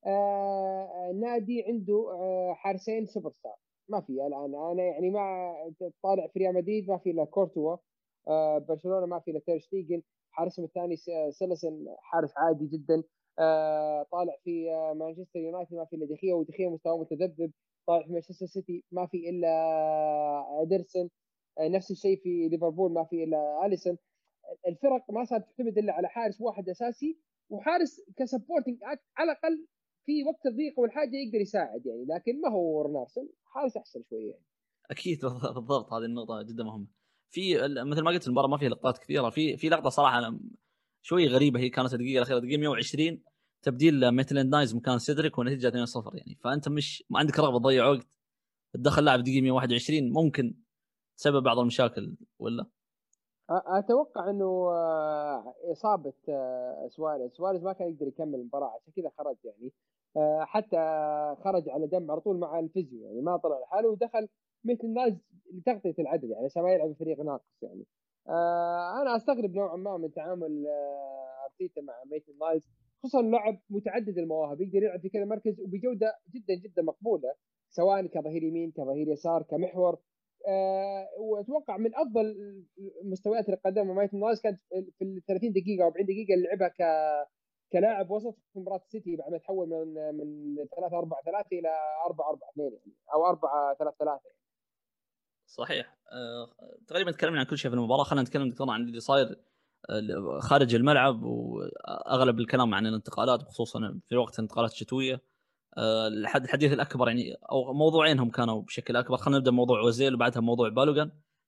نادي عنده حارسين سوبر ستار، ما في الان. انا يعني ما طالع في ريال مدريد ما في الا كورتوا، برشلونه ما في الا تير شتيجن، حارسهم الثاني سيلسن حارس عادي جدا. طالع في مانشستر يونايتد ما في الا دخيه، ودخيه مستواه متذبذب. طالع في مانشستر سيتي ما في الا ادرسون، نفس الشيء في ليفربول ما في الا اليسون. الفرق ما صارت تعتمد الا على حارس واحد اساسي، وحارس كسبورتنج على الاقل في وقت الضيق والحاجه يقدر يساعد يعني، لكن ما هو رونالدسون، حارس احسن شويه يعني. اكيد بالضبط، هذه النقطه جدا مهمه. في مثل ما قلت المباراه ما فيها لقطات كثيره، في في لقطه صراحه شوي غريبه، هي كانت الدقيقه الاخيره دقيقه مئة وعشرين تبديل ميتلاند نايز مكان سيدريك والنتيجه اثنين صفر، يعني فانت مش ما عندك رغبه تضيع وقت تدخل لاعب دقيقه مئة وواحد وعشرين ممكن تسبب بعض المشاكل ولا؟ اتوقع انه اصابه سواريز سواريز ما كان يقدر يكمل المباراه، عشان كذا خرج يعني. حتى خرج على جنب على طول مع الفيزيو، يعني ما طلع لحاله ودخل مثل الناس لتغطيه العدد، يعني عشان ما يلعب فريق ناقص يعني. انا استغرب نوعا ما من تعامل ارتيتا مع ميتن نايلز، خصوصا لاعب متعدد المواهب يقدر يلعب في كذا مركز وبجوده جدا جدا مقبوله، سواء كظهير يمين كظهير يسار كمحور. أه واتوقع من افضل المستويات اللي قدمها مايتن نايلز كانت في ال ثلاثين دقيقه او أربعين دقيقه اللي لعبها ك كلاعب وسط في مباراه السيتي بعد ما تحول من من ثلاثة أربعة ثلاثة الى أربعة أربعة اثنين يعني، او أربعة ثلاثة ثلاثة يعني. صحيح. أه تقريبا تكلمنا عن كل شيء في المباراه، خلينا نتكلم دكتور عن اللي صاير خارج الملعب، واغلب الكلام عن الانتقالات خصوصا في وقت الانتقالات الشتويه. الحديث الاكبر يعني او موضوعين هم كانوا بشكل اكبر. خلينا نبدا موضوع اوزيل وبعدها موضوع بالوغان.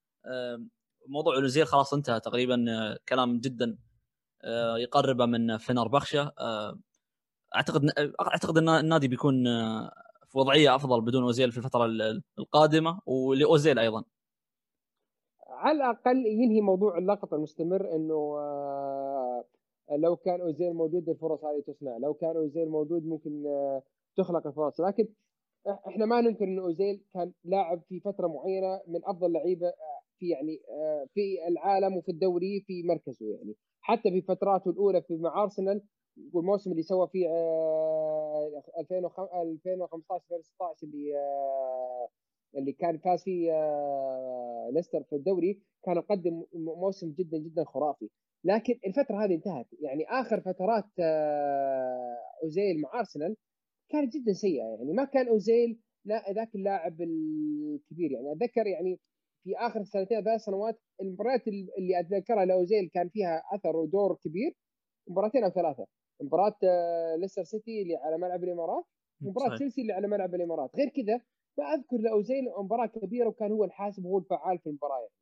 موضوع اوزيل خلاص انتهى تقريبا، كلام جدا يقربه من فنربخشة. اعتقد اعتقد ان النادي بيكون في وضعيه افضل بدون اوزيل في الفتره القادمه، ولاوزيل ايضا على الاقل ينهي موضوع اللقط المستمر، انه لو كان اوزيل موجود الفرص هذه تصنع، لو كان اوزيل موجود ممكن تخلق الفرص. لكن احنا ما ننكر ان اوزيل كان لاعب في فتره معينه من افضل لعيبه في يعني في العالم وفي الدوري في مركزه، يعني حتى في فتراته الاولى في مع ارسنال والموسم اللي سوى فيه ألفين وخمسة عشر ألفين وستة عشر اللي اللي كان فاز فيه ليستر في الدوري، كان يقدم موسم جدا جدا خرافي. لكن الفتره هذه انتهت. يعني اخر فترات آه، اوزيل مع ارسنال كانت جدا سيئه، يعني ما كان اوزيل لا ذاك اللاعب الكبير. يعني اتذكر يعني في اخر سنتين ثلاث سنوات المباريات اللي اتذكرها لاوزيل كان فيها اثر ودور كبير مباراتين او ثلاثه. مباراه آه، ليستر سيتي اللي على ملعب الامارات، مباراه صحيح. تشيلسي اللي على ملعب الامارات. غير كذا ما اذكر لاوزيل مباراه كبيره وكان هو الحاسم وهو الفعال في المباراه يعني.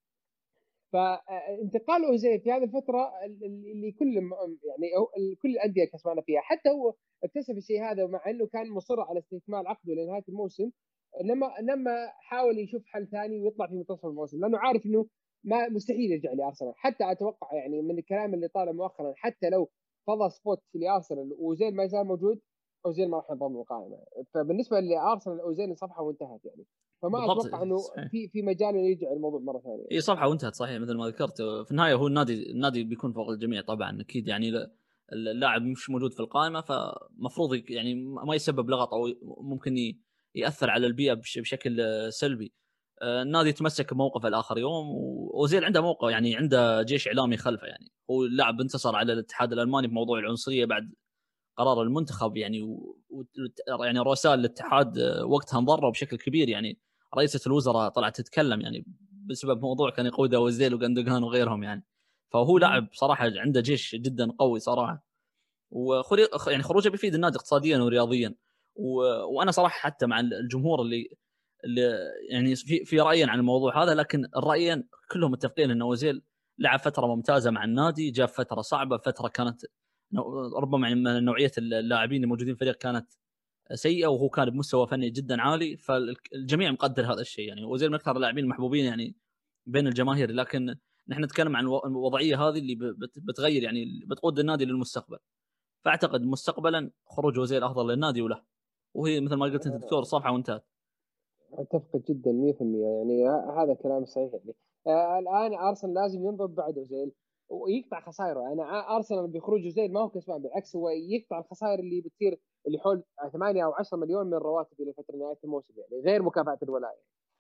فانتقال اوزيل في هذه الفتره اللي كل يعني كل الانديه كسبانه فيها، حتى هو اكتسب الشيء هذا مع انه كان مصر على استكمال عقده لنهايه الموسم. لما لما حاول يشوف حل ثاني ويطلع في منتصف الموسم، لانه عارف انه ما مستحيل يرجع لارسنال. حتى اتوقع يعني من الكلام اللي طالع مؤخرا، حتى لو فضى سبوت في لارسنال واوزيل ما يزال موجود، اوزيل ما راح ينضم للقائمه. فبالنسبه لارسنال اوزيل صفحه وانتهت يعني. فما بالضبط. اتوقع انه صحيح. في في مجال انه يرجع الموضوع مره ثانيه. اي صفحه وانتهت صحيح مثل ما ذكرت. في النهايه هو النادي النادي بيكون فوق الجميع طبعا اكيد يعني. اللاعب مش موجود في القائمه فمفروض يعني ما يسبب لغط او ممكن ياثر على البيئه بشكل سلبي. النادي يتمسك بموقفه الاخر يوم، واوزيل عنده موقع يعني عنده جيش اعلامي خلفه. يعني هو اللاعب انتصر على الاتحاد الالماني بموضوع العنصريه بعد قرار المنتخب يعني و... و... يعني رؤساء الاتحاد وقتها انضروا بشكل كبير. يعني رئيسة الوزراء طلعت تتكلم يعني بسبب موضوع كان يقوده وزيل وغندوغان وغيرهم يعني. فهو لاعب صراحة عنده جيش جدا قوي صراحة. وخري يعني خروجه بيفيد النادي اقتصاديا ورياضيا. و... وانا صراحة حتى مع الجمهور اللي اللي يعني في في رايين عن الموضوع هذا، لكن الرايين كلهم متفقين ان وزيل لعب فترة ممتازة مع النادي، جاب فترة صعبة، فترة كانت ربما من نوعية اللاعبين الموجودين في الفريق كانت سيئه وهو كان بمستوى فني جدا عالي. فالجميع مقدر هذا الشيء يعني. وزير من اكثر اللاعبين المحبوبين يعني بين الجماهير. لكن نحن نتكلم عن الوضعيه هذه اللي بتغير يعني بتقود النادي للمستقبل. فاعتقد مستقبلا خروج وزير افضل للنادي وله. وهي مثل ما قلت انت دكتور صفحه وانتهت. اتفق جدا مية بالمية. يعني هذا كلام صحيح يعني. آه الان ارسنال لازم ينضم بعد اوزيل ويقطع خسائره. انا يعني ارسنال بخروج اوزيل ما هو كسبان، بالعكس هو يقطع الخسائر اللي بتصير اللي حول ثمانية او عشرة مليون من الرواتب الى فتره نهايه الموسم، يعني غير مكافاه الولاء.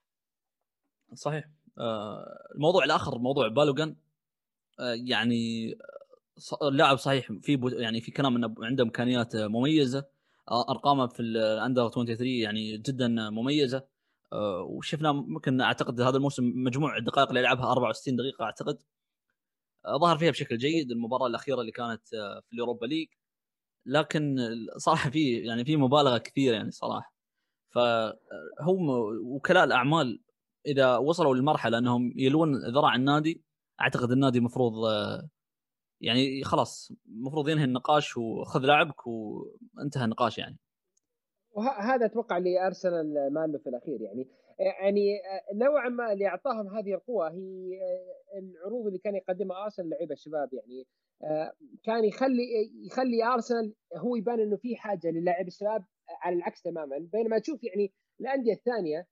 صحيح. آه الموضوع الاخر موضوع بالوغان. آه يعني اللاعب صحيح في يعني في كلام انه عنده امكانيات مميزه. ارقامه في الاندر ثلاثة وعشرين يعني جدا مميزه. وشفنا ممكن اعتقد هذا الموسم مجموع الدقائق اللي لعبها أربعة وستين دقيقه اعتقد. ظهر فيها بشكل جيد المباراه الاخيره اللي كانت في اليوروبا ليج. لكن صراحه في يعني في مبالغه كثير يعني صراحه. فهم وكلاء الاعمال اذا وصلوا للمرحله انهم يلون ذراع النادي، اعتقد النادي المفروض يعني خلاص المفروض ينهي النقاش وخذ لاعبك وانتهى النقاش يعني. وهذا اتوقع اللي ارسنال ماله في الاخير يعني. يعني نوعا ما اللي اعطاهم هذه القوه هي العروض اللي كان يقدمها ارسنال لعيبه الشباب يعني. كان يخلي يخلي ارسنال هو يبان انه في حاجه للاعب الشباب، على العكس تماما. بينما تشوف يعني الانديه الثانيه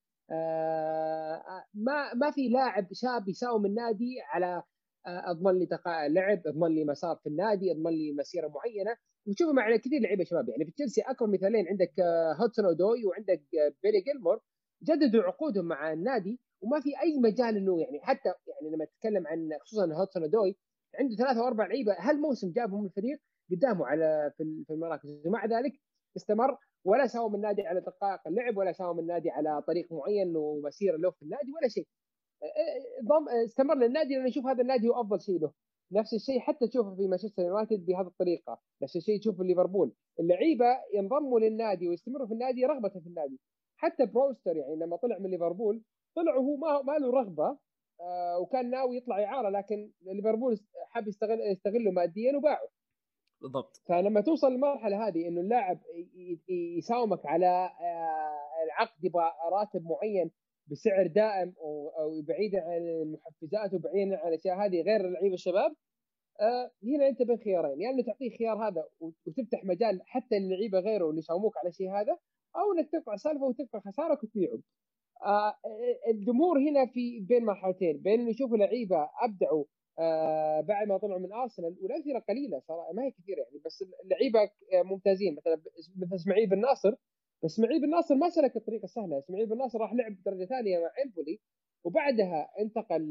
ما ما في لاعب شاب يساوم النادي على اضمن لي دقائق لعب، اضمن لي مسار في النادي، اضمن لي مسيره معينه. وتشوف مع كثير لعيبه شباب يعني. في تشيلسي اكبر مثالين عندك هودسون اودوي وعندك بيلي جيلمور، جددوا عقودهم مع النادي وما في اي مجال انه يعني. حتى يعني لما تتكلم عن خصوصا هودسون اودوي عنده ثلاثه او اربع لعيبه هالموسم جابهم من الفريق قدامه على في المراكز، ومع ذلك استمر ولا ساوم النادي على دقائق اللعب ولا ساوم النادي على طريق معين ومسيره له في النادي ولا شيء. ضم استمر للنادي لانه يشوف هذا النادي هو افضل شيء له. نفس الشيء حتى تشوفه في مانشستر يونايتد بهذه الطريقه، نفس الشيء تشوفه في ليفربول. اللعيبه ينضموا للنادي ويستمروا في النادي رغبه في النادي. حتى بروستر يعني لما طلع من ليفربول طلع وهو ما ما له رغبه، آه وكان ناوي يطلع اعاره، لكن ليفربول حب يستغل يستغله ماديا وباعه. بالضبط. فلما توصل للمرحله هذه انه اللاعب يساومك على العقد يبغى راتب معين بسعر دائم او بعيدا عن المحفزات وبعيدا عن الاشياء هذه غير اللعيبه الشباب، آه هنا انت بين خيارين، يا يعني انه تعطيه خيار هذا وتفتح مجال حتى اللعيبه غيره اللي يساوموك على شيء هذا، او انك تقطع سالفه وتقطع خسارك وتبيعه. آه الجمهور هنا في بين مرحلتين، بين انه يشوفوا لعيبه ابدعوا آه بعد ما طلعوا من ارسنال، والامثله قليله صراحه ما هي كثيره يعني، بس اللعيبه ممتازين مثلا مثل اسماعيل بن ناصر. بس اسماعيل بن ناصر ما سلك الطريقه السهله. اسماعيل بن ناصر راح لعب درجه ثانيه مع امبولي وبعدها انتقل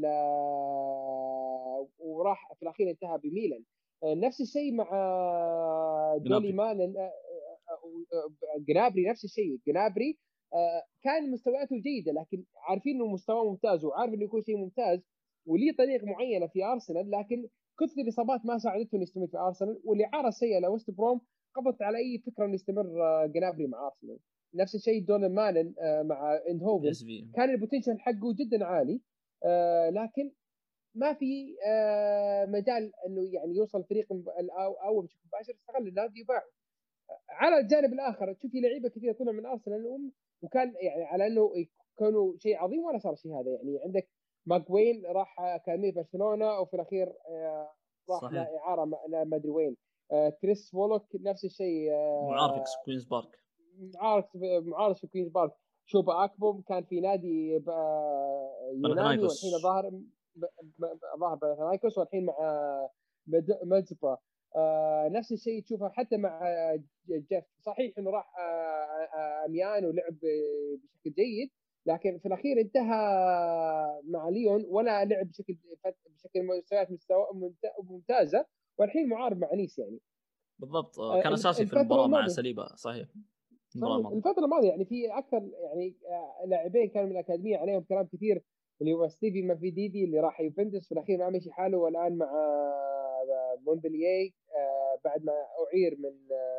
وراح في الاخير انتهى بميلان. نفس الشيء مع دولي جنابري. مان، جنابري نفس الشيء. جنابري كان مستوياته جيده، لكن عارفين انه مستواه ممتاز وعارف انه يكون شيء ممتاز وليه طريقه معينه في ارسنال، لكن كثر الاصابات ما ساعدته انه يستمر في ارسنال، والاعاره السيئه لوست بروم قبضت على اي فكره انه يستمر جنابري مع ارسنال. نفس الشيء دون مالن مع اندهوفن، اس في. كان البوتنشل حقه جدا عالي، لكن ما في مجال انه يعني يوصل الفريق الاول بشكل مباشر، استغل النادي وباعه. على الجانب الاخر تشوفي لعيبه كثير طلعوا من ارسنال وكان يعني على انه يكونوا شيء عظيم، ولا صار شيء هذا. يعني عندك ماكوين راح اكاديميه برشلونه وفي الاخير راح صحيح. لاعاره ما ادري وين. كريس وولوك نفس الشيء، معارف في كوينز بارك. معارف معارف في كوينز بارك. شوبا اكبوم كان في نادي يوناني والحين باناثينايكوس. ظاهر ظاهر باناثينايكوس والحين مع ميدزبرا. آه نفس الشيء تشوفه حتى مع جيف. صحيح انه راح آه اميان ولعب بشكل جيد، لكن في الاخير انتهى مع ليون ولا لعب بشكل بشكل مستويات ممتازه، والحين معارض مع نيس يعني. بالضبط. آه كان اساسي في الفتره المباراه مع الماضيه سليبا. صحيح. المباراه صحيح الماضيه. الفتره الماضيه يعني في اكثر يعني لاعبين كانوا من الاكاديميه عليهم كلام كثير، اللي هو ستيفي مافيديدي اللي راح يوفنتوس في الاخير ما مشي حاله، والان مع مونبلييه بعد ما اعير من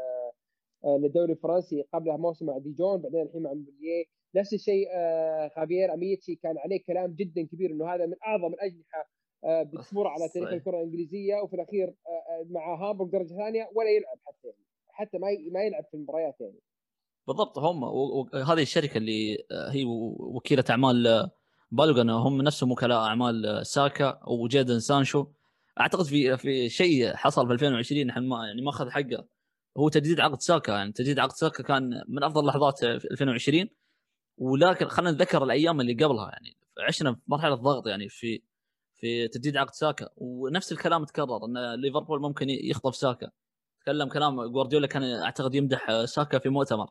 للدوري الفرنسي قبلها موسم مع ديجون، بعدين الحين مع مونبلييه. نفس الشيء خافير اميتشي كان عليه كلام جدا كبير انه هذا من اعظم الاجنحه بتمر على تاريخ صحيح. الكره الانجليزيه، وفي الاخير مع هامبورغ درجه ثانيه ولا يلعب حتى يعني حتى ما ما يلعب في المباريات يعني. بالضبط. هم وهذه الشركه اللي هي وكيله اعمال بالوغان هم نفسهم وكلاء اعمال ساكا وجيدن سانشو. اعتقد في في شيء حصل في ألفين وعشرين نحن ما يعني ما اخذ حقه، هو تجديد عقد ساكا. يعني تجديد عقد ساكا كان من افضل اللحظات في ألفين وعشرين، ولكن خلينا نتذكر الايام اللي قبلها. يعني عشنا في مرحله ضغط يعني في في تجديد عقد ساكا، ونفس الكلام تكرر ان ليفربول ممكن يخطف ساكا. تكلم كلام جوارديولا كان اعتقد يمدح ساكا في مؤتمر،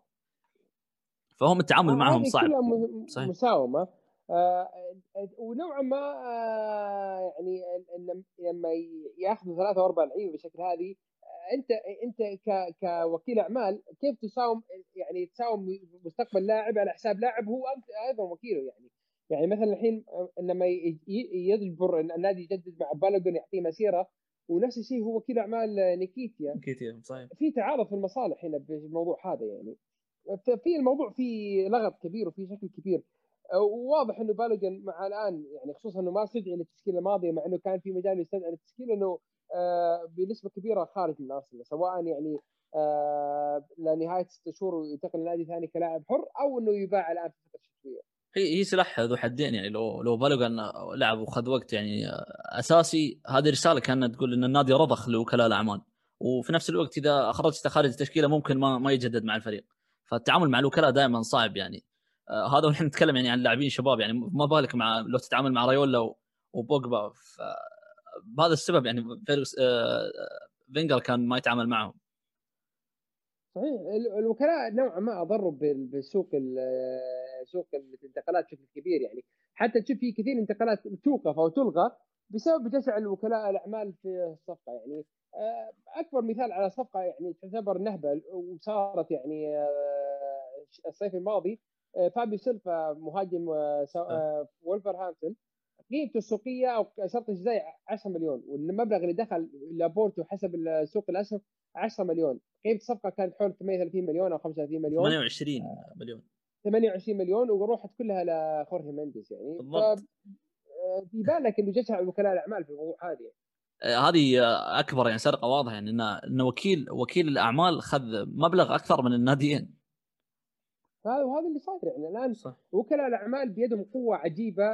فهم التعامل معهم هذه صعب. كلها صحيح. مساومه. آه ونوعا ما آه يعني لما ياخذوا ثلاثه او اربع لعيبه بالشكل هذه، انت انت كوكيل اعمال كيف تساوم يعني تساوم مستقبل لاعب على حساب لاعب هو ايضا وكيله يعني. يعني مثلا الحين لما يجبر النادي يجدد مع بالوغن يعطيه مسيره، ونفس الشيء هو وكيل اعمال نيكيتيا، نيكيتيا. صحيح. في تعارض في المصالح هنا في الموضوع هذا يعني. في الموضوع فيه لغط كبير وفي شكل كبير، وواضح انه بالوغن مع الان يعني خصوصا انه ما استدعي للتشكيله الماضيه، مع انه كان في مجال يستدعي للتشكيل، انه آه بنسبه كبيره خارج من ارسنال، سواء يعني آه لنهايه ست شهور وينتقل لنادي ثاني كلاعب حر، او انه يباع الان في فتره شتويه. هي هي سلاح ذو حدين. يعني لو لو بالوغان لعب وخذ وقت يعني اساسي، هذه رساله كانت تقول ان النادي رضخ لوكلاء الاعمال، وفي نفس الوقت اذا اخرجته خارج التشكيله ممكن ما ما يجدد مع الفريق. فالتعامل مع الوكلاء دائما صعب يعني. آه هذا ونحن نتكلم يعني عن لاعبين شباب، يعني ما بالك مع لو تتعامل مع رايولا وبوجبا. بهذا السبب يعني فيرجس آه فينجر كان ما يتعامل معهم. صحيح الوكلاء نوعا ما اضروا بالسوق سوق الانتقالات بشكل كبير يعني. حتى تشوف في كثير انتقالات توقف او تلغى بسبب جشع الوكلاء الاعمال في الصفقه يعني. اكبر مثال على صفقه يعني تعتبر نهبه وصارت يعني الصيف الماضي، فابيو سيلفا مهاجم وولفرهامبتون، قيمته السوقيه او شرط الجزائي عشرة مليون، والمبلغ اللي دخل لابورتو حسب السوق الاسهم عشرة مليون. قيمه الصفقه كانت حول ثمانية وثلاثين مليون او خمسة وثلاثين مليون. ثمانية وعشرين مليون. ثمانية وعشرين مليون وروحت كلها لخورهي مينديز يعني. ف بالضبط. في بالك انه جشع وكلاء الاعمال في الموضوع هذا يعني. هذه اكبر يعني سرقه واضحه يعني ان ان وكيل وكيل الاعمال خذ مبلغ اكثر من الناديين. هذا وهذا اللي صاير يعني الان. صح. وكلاء الاعمال بيدهم قوه عجيبه،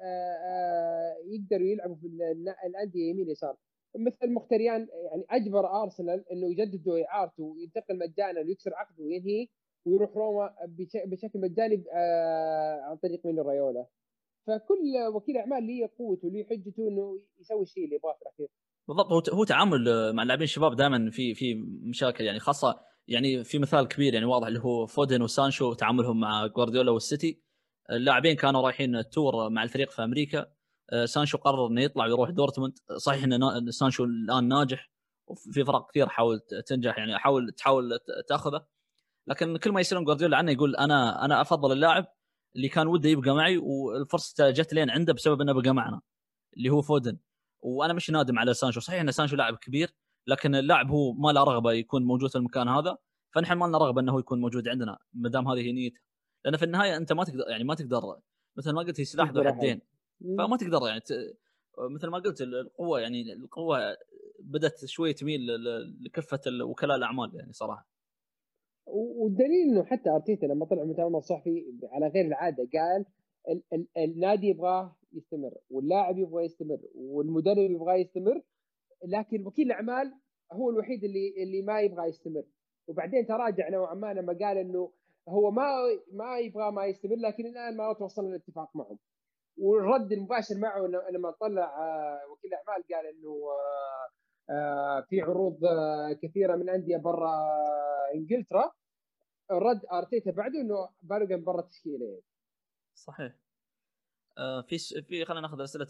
يقدروا يلعبوا في الانديه يمين يسار. مثل مختريان يعني اجبر ارسنال انه يجددوا اعارته وينتقل مجانا ويكسر عقده وينهي ويروح روما بشكل مجاني عن طريق مينو رايولا. فكل وكيل اعمال ليه قوته وليه حجته انه يسوي الشيء اللي يبغاه في الاخير. بالضبط. هو هو تعامل مع اللاعبين الشباب دائما في في مشاكل يعني خاصه. يعني في مثال كبير يعني واضح اللي هو فودن وسانشو تعاملهم مع جوارديولا والسيتي. اللاعبين كانوا رايحين التور مع الفريق في امريكا. سانشو قرر انه يطلع ويروح دورتموند. صحيح ان سانشو الان ناجح وفي فرق كثير حاول تنجح، يعني حاول تحاول تاخذه، لكن كل ما يسالون جوارديولا عنه يقول انا انا افضل اللاعب اللي كان وده يبقى معي والفرصه جت لين عنده بسبب انه بقى معنا، اللي هو فودن. وانا مش نادم على سانشو، صحيح ان سانشو لاعب كبير لكن اللاعب هو ما له رغبه يكون موجود في المكان هذا، فنحن ما لنا رغبه انه يكون موجود عندنا ما دام هذه هي نيته. لان في النهايه انت ما تقدر يعني ما تقدر مثل ما قلت هي سلاح ذو تجبر احد. حدين، فما تقدر يعني ت... مثل ما قلت القوه يعني القوه بدات شوي تميل لكفه وكلاء الاعمال يعني صراحه. والدليل انه حتى ارتيتا لما طلع مؤتمر صحفي على غير العاده قال ال ال النادي يبغاه يستمر، واللاعب يبغى يستمر، والمدرب يبغى يستمر، لكن وكيل الاعمال هو الوحيد اللي اللي ما يبغى يستمر. وبعدين تراجع نوعا ما لما قال انه هو ما ما يبغى ما يستمر، لكن الان ما توصل للاتفاق معهم. والرد المباشر معه لما طلع وكيل الاعمال قال انه في عروض كثيره من انديه برا انجلترا. الرد ارتيتا بعده انه بالغن برا التشكيله يعني. صحيح. آه في في خلينا ناخذ اسئله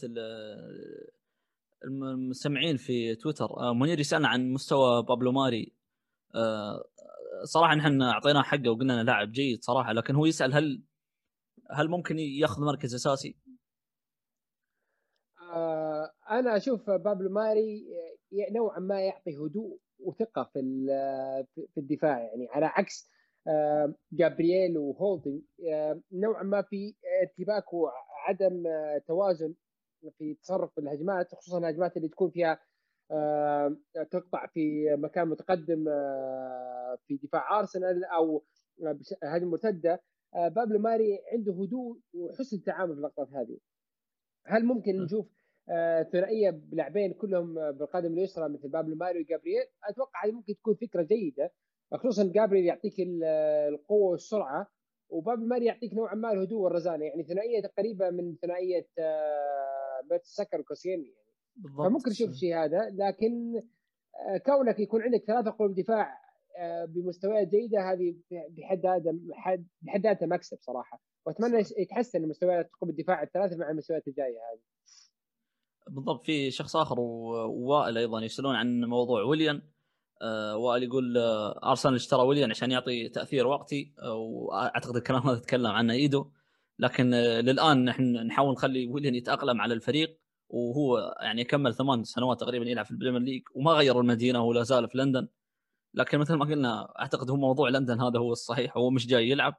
المستمعين في تويتر. آه منير يسالنا عن مستوى بابلو ماري. آه صراحه نحن اعطيناه حقه وقلنا انه لاعب جيد صراحه، لكن هو يسال هل هل ممكن ياخذ مركز اساسي؟ آه انا اشوف بابلو ماري نوعا ما يعطي هدوء وثقه في في الدفاع، يعني على عكس آه جابرييل وهولدنج. آه نوعا ما في ارتباك وعدم آه توازن في تصرف الهجمات، خصوصا الهجمات اللي تكون فيها آه تقطع في مكان متقدم آه في دفاع ارسنال او هجمه مرتده. آه بابلو ماري عنده هدوء وحسن تعامل في اللقطات هذه. هل ممكن نشوف آه ثنائيه بلاعبين كلهم بالقدم اليسرى مثل بابلو ماري وجابرييل؟ اتوقع هذه ممكن تكون فكره جيده، خصوصا جابرييل يعطيك القوه والسرعه، وبابلو ماري يعطيك نوعا ما الهدوء والرزانه، يعني ثنائيه قريبه من ثنائيه آه بيرتسكر وكوسيني يعني. بالضبط. فممكن نشوف الشيء هذا، لكن آه كونك يكون عندك ثلاثه قلوب دفاع آه بمستويات جيده، هذه بحد ذاتها بحد ذاتها مكسب صراحه. واتمنى صح. يتحسن مستويات قلوب الدفاع الثلاثه مع المستويات الجايه هذه. بالضبط. في شخص اخر ووائل ايضا يسالون عن موضوع ويليان. آه وائل يقول آه ارسنال اشترى ويليان عشان يعطي تاثير وقتي، آه واعتقد الكلام هذا تكلم عنه ايدو، لكن آه للان نحن نحاول نخلي ويليان يتاقلم على الفريق، وهو يعني يكمل ثمان سنوات تقريبا يلعب في البريمير ليج وما غير المدينه ولا زال في لندن. لكن مثل ما قلنا اعتقد هو موضوع لندن هذا هو الصحيح، هو مش جاي يلعب.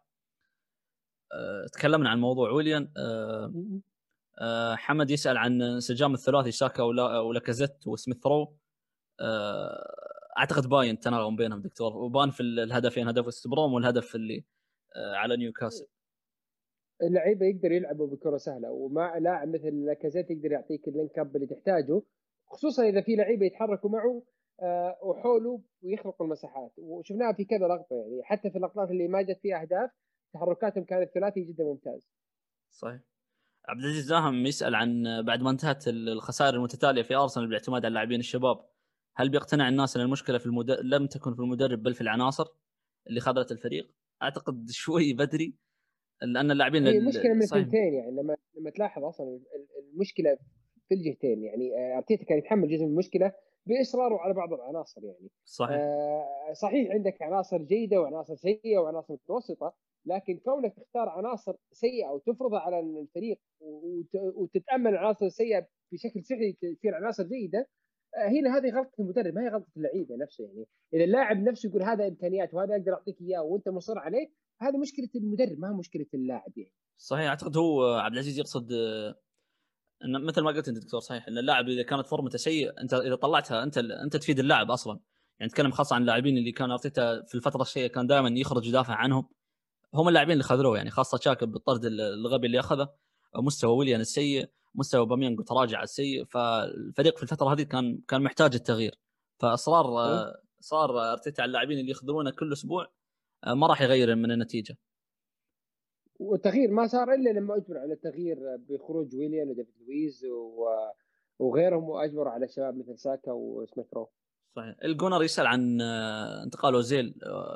أه تكلمنا عن موضوع ويليان. أه أه حمد يسال عن انسجام الثلاثي ساكا ولا ولاكازيت وسميث رو. أه اعتقد باين تناغم بينهم دكتور، وبان في الهدفين، هدف استبروم والهدف اللي أه على نيوكاسل. اللعيبه يقدر يلعبوا بكره سهله، ومع لاعب مثل لاكازيت يقدر يعطيك اللينك اب اللي تحتاجه، خصوصا اذا في لعيبه يتحركوا معه آه وحوله ويخلقوا المساحات. وشفناها في كذا لقطه، يعني حتى في اللقطات اللي ما جت فيها اهداف تحركاتهم كانت ثلاثي جدا ممتاز. صحيح. عبد العزيز زاهم يسال عن بعد ما انتهت الخسائر المتتاليه في ارسنال بالاعتماد على اللاعبين الشباب، هل بيقتنع الناس ان المشكله في المدرب لم تكن في المدرب بل في العناصر اللي خذلت الفريق؟ اعتقد شوي بدري، لان اللاعبين هي مشكله من صحيح. الثنتين، يعني لما لما تلاحظ اصلا المشكله في الجهتين، يعني آه، ارتيتا كان يتحمل جزء من المشكله باصراره على بعض العناصر يعني. صحيح. آه، صحيح عندك عناصر جيده وعناصر سيئه وعناصر متوسطه، لكن كونك تختار عناصر سيئه وتفرضها على الفريق وتتامل العناصر السيئه بشكل سحري تصير عناصر جيده، آه، هنا هذه غلطه المدرب، ما هي غلطه اللعيبه نفسه. يعني اذا اللاعب نفسه يقول هذا امكانيات وهذا اقدر اعطيك اياه وانت مصر عليه، هذه مشكله المدرب ما هي مشكله اللاعب يعني. صحيح. اعتقد هو عبد العزيز يقصد آه، ان مثل ما قلت انت دكتور، صحيح ان اللاعب اذا كانت فورمته سيء انت اذا طلعتها انت انت تفيد اللاعب اصلا. يعني نتكلم خاصه عن اللاعبين اللي كان ارتيتا في الفتره السيئه كان دائما يخرج يدافع عنهم، هم اللاعبين اللي خذلوه، يعني خاصه شاكب بالطرد الغبي اللي اخذه، مستوى ويليان السيء، مستوى باميانج تراجع السيء، فالفريق في الفتره هذه كان كان محتاج التغيير. فاصرار إيه؟ آه، صار ارتيتا على اللاعبين اللي يخذلونه كل اسبوع آه، ما راح يغير من النتيجه. والتغيير ما صار الا لما اجبر على التغيير بخروج ويليان وديفيد لويز و- وغيرهم، واجبروا على شباب مثل ساكا وسميث رو. صحيح. الجونر يسال عن آه، انتقال اوزيل. آه،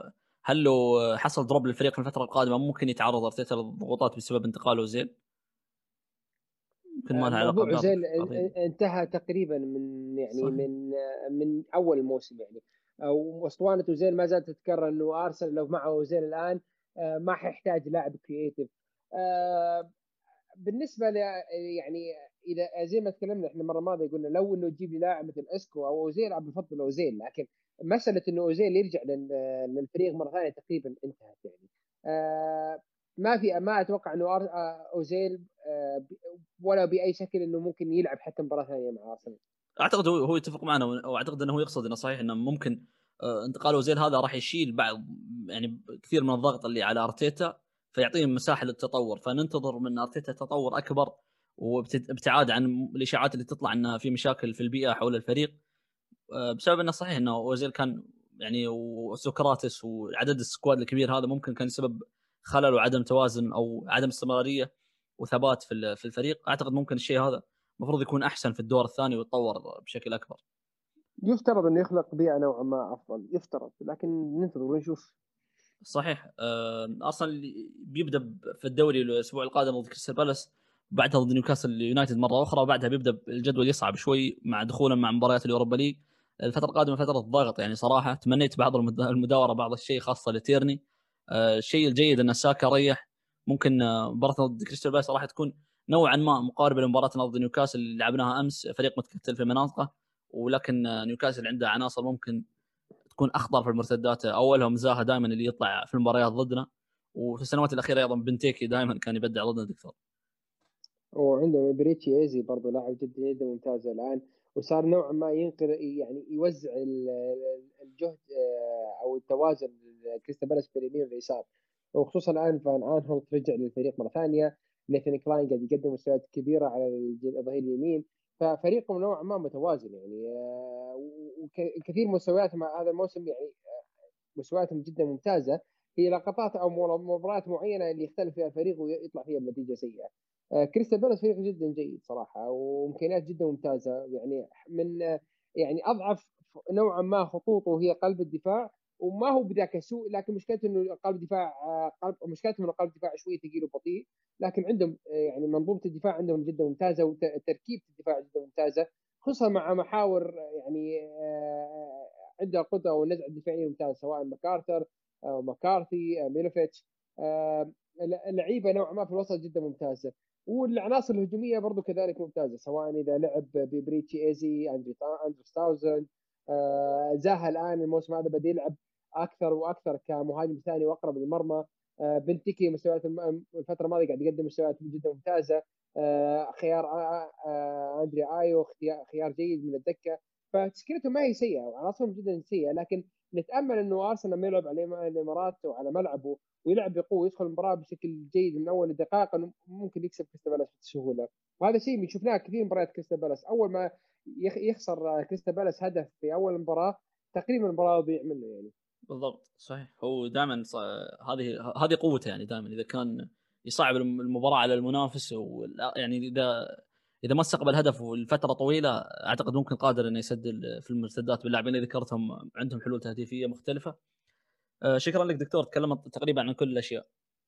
هل لو حصل دروب للفريق في الفتره القادمه ممكن يتعرض ارتيتا للضغوطات بسبب انتقال اوزيل؟ يمكن ما لها علاقه موضوع بهذا اوزيل التعطيل. انتهى تقريبا من يعني صحيح. من من اول الموسم يعني. واسطوانه اوزيل ما زالت تتكرر انه ارسنال لو معه اوزيل الان ما حيحتاج لاعب كرييتيف. بالنسبه ل يعني اذا زي ما تكلمنا احنا المره الماضيه قلنا لو انه تجيب لي لاعب مثل اسكو او اوزيل ابى افضل اوزيل، لكن مساله انه اوزيل يرجع للفريق مره ثانيه تقريبا انتهت يعني. آه ما في ما اتوقع انه اوزيل آه ولا باي شكل انه ممكن يلعب حتى مباراه ثانيه مع ارسنال. اعتقد هو هو يتفق معنا، واعتقد انه هو يقصد انه صحيح انه ممكن آه، انتقال اوزيل هذا راح يشيل بعض يعني كثير من الضغط اللي على ارتيتا، فيعطيهم مساحه للتطور، فننتظر من ارتيتا تطور اكبر وابتعاد عن الاشاعات اللي تطلع انها في مشاكل في البيئه حول الفريق. آه، بسبب انه صحيح انه اوزيل كان يعني وسوكراتس وعدد السكواد الكبير هذا ممكن كان يسبب خلل وعدم توازن او عدم استمراريه وثبات في في الفريق. اعتقد ممكن الشيء هذا المفروض يكون احسن في الدور الثاني ويتطور بشكل اكبر. يفترض انه يخلق بيئه نوعا ما افضل، يفترض، لكن ننتظر ونشوف. صحيح. آه، اصلا بيبدا في الدوري الاسبوع القادم ضد كريستال بالاس، بعدها ضد نيوكاسل يونايتد مره اخرى، وبعدها بيبدا الجدول يصعب شوي مع دخولا مع مباريات اليوروبا ليج. الفتره القادمه فتره ضغط يعني صراحه. تمنيت بعض المد- المداوره بعض الشيء خاصه لتيرني. آه، الشيء الجيد ان ساكا ريح. ممكن آه، مباراه ضد كريستال بالاس راح تكون نوعا ما مقاربه لمباراه ضد نيوكاسل اللي لعبناها امس، فريق متكتل في مناطقه، ولكن آه، نيوكاسل عنده عناصر ممكن تكون اخطر في المرتدات. اولهم زاها دائما اللي يطلع في المباريات ضدنا، وفي السنوات الاخيره ايضا بنتيكي دائما كان يبدع ضدنا دكتور. وعنده بريتشي ايزي برضه لاعب جدا جدا ممتاز الان، وصار نوعا ما ينقل يعني يوزع الجهد آه، او التوازن كريستال بالاس بين اليمين واليسار. وخصوصا الان فان انهولت رجع للفريق مره ثانيه، نيثن كلاين قاعد يقدم مستويات كبيره على الظهير اليمين، ففريقهم نوعا ما متوازن يعني. آه، وكثير مستويات مع هذا الموسم يعني مستوياتهم جدا ممتازه. هي لقطات او مباريات معينه اللي يختلف فيها الفريق ويطلع فيها بنتيجه سيئه. آه، كريستال بالاس فريق جدا جيد صراحه وامكانيات جدا ممتازه يعني. من آه، يعني اضعف نوعا ما خطوطه هي قلب الدفاع، وما هو بذاك سوء، لكن مشكلته انه قلب الدفاع آه، قلب مشكلته انه قلب الدفاع شوي ثقيل وبطيء، لكن عندهم آه، يعني منظومه الدفاع عندهم جدا ممتازه وتركيبه الدفاع جدا ممتازه، خصوصا مع محاور يعني آه، عنده قدره والنزعه الدفاعيه ممتازه سواء ماكارثر او مكارثي أو ميلوفيتش. آه، اللعيبه نوعا ما في الوسط جدا ممتازه، والعناصر الهجوميه برضو كذلك ممتازه، سواء اذا لعب ببريتشي ايزي اندري اندرو ستاوزن. آه، زاها الان الموسم هذا بدا يلعب اكثر واكثر كمهاجم ثاني واقرب للمرمى. آه، بنتيكي مستويات الفتره الماضيه قاعد يقدم مستويات جدا ممتازه. آه، خيار آه، آه، اندري ايو خيار جيد من الدكه، فتشكيلته ما هي سيئه وعناصرهم جدا سيئه، لكن نتامل انه ارسنال لما يلعب على الامارات وعلى ملعبه ويلعب بقوه يدخل المباراه بشكل جيد من اول الدقائق انه ممكن يكسب كريستال بالاس بسهوله. وهذا شيء شفناه كثير مباريات كريستال بالاس، اول ما يخسر كريستال بالاس هدف في اول المباراه تقريبا المباراه تضيع منه يعني. بالضبط صحيح. هو دائما ص... هذه هذه قوته يعني. دائما اذا كان يصعب المباراه على المنافس و... يعني اذا اذا ما استقبل هدف ولفتره طويله اعتقد ممكن قادر انه يسجل في المرتدات باللاعبين اللي ذكرتهم عندهم حلول تهديفيه مختلفه. آه، شكرا لك دكتور، تكلمت تقريبا عن كل الاشياء.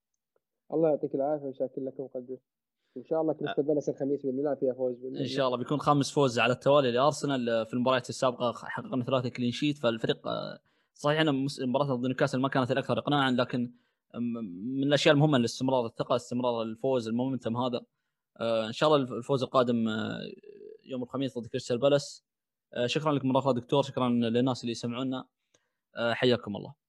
الله يعطيك العافيه وشاكر لك مقدر. ان شاء الله آه، كريستال بالاس الخميس باذن الله فيها فوز باذن ان الله. شاء الله بيكون خامس فوز على التوالي لارسنال. في المباريات السابقه حققنا ثلاثه كلين شيت، فالفريق آه، صحيح ان مباراه ضد نيوكاسل ما كانت الاكثر اقناعا، لكن من الاشياء المهمه لاستمرار الثقه، استمرار الفوز، المومنتم هذا. آه، ان شاء الله الفوز القادم آه، يوم الخميس ضد كريستال بالاس. آه، شكرا لك مره اخرى دكتور، شكرا للناس اللي يسمعونا. آه، حياكم الله.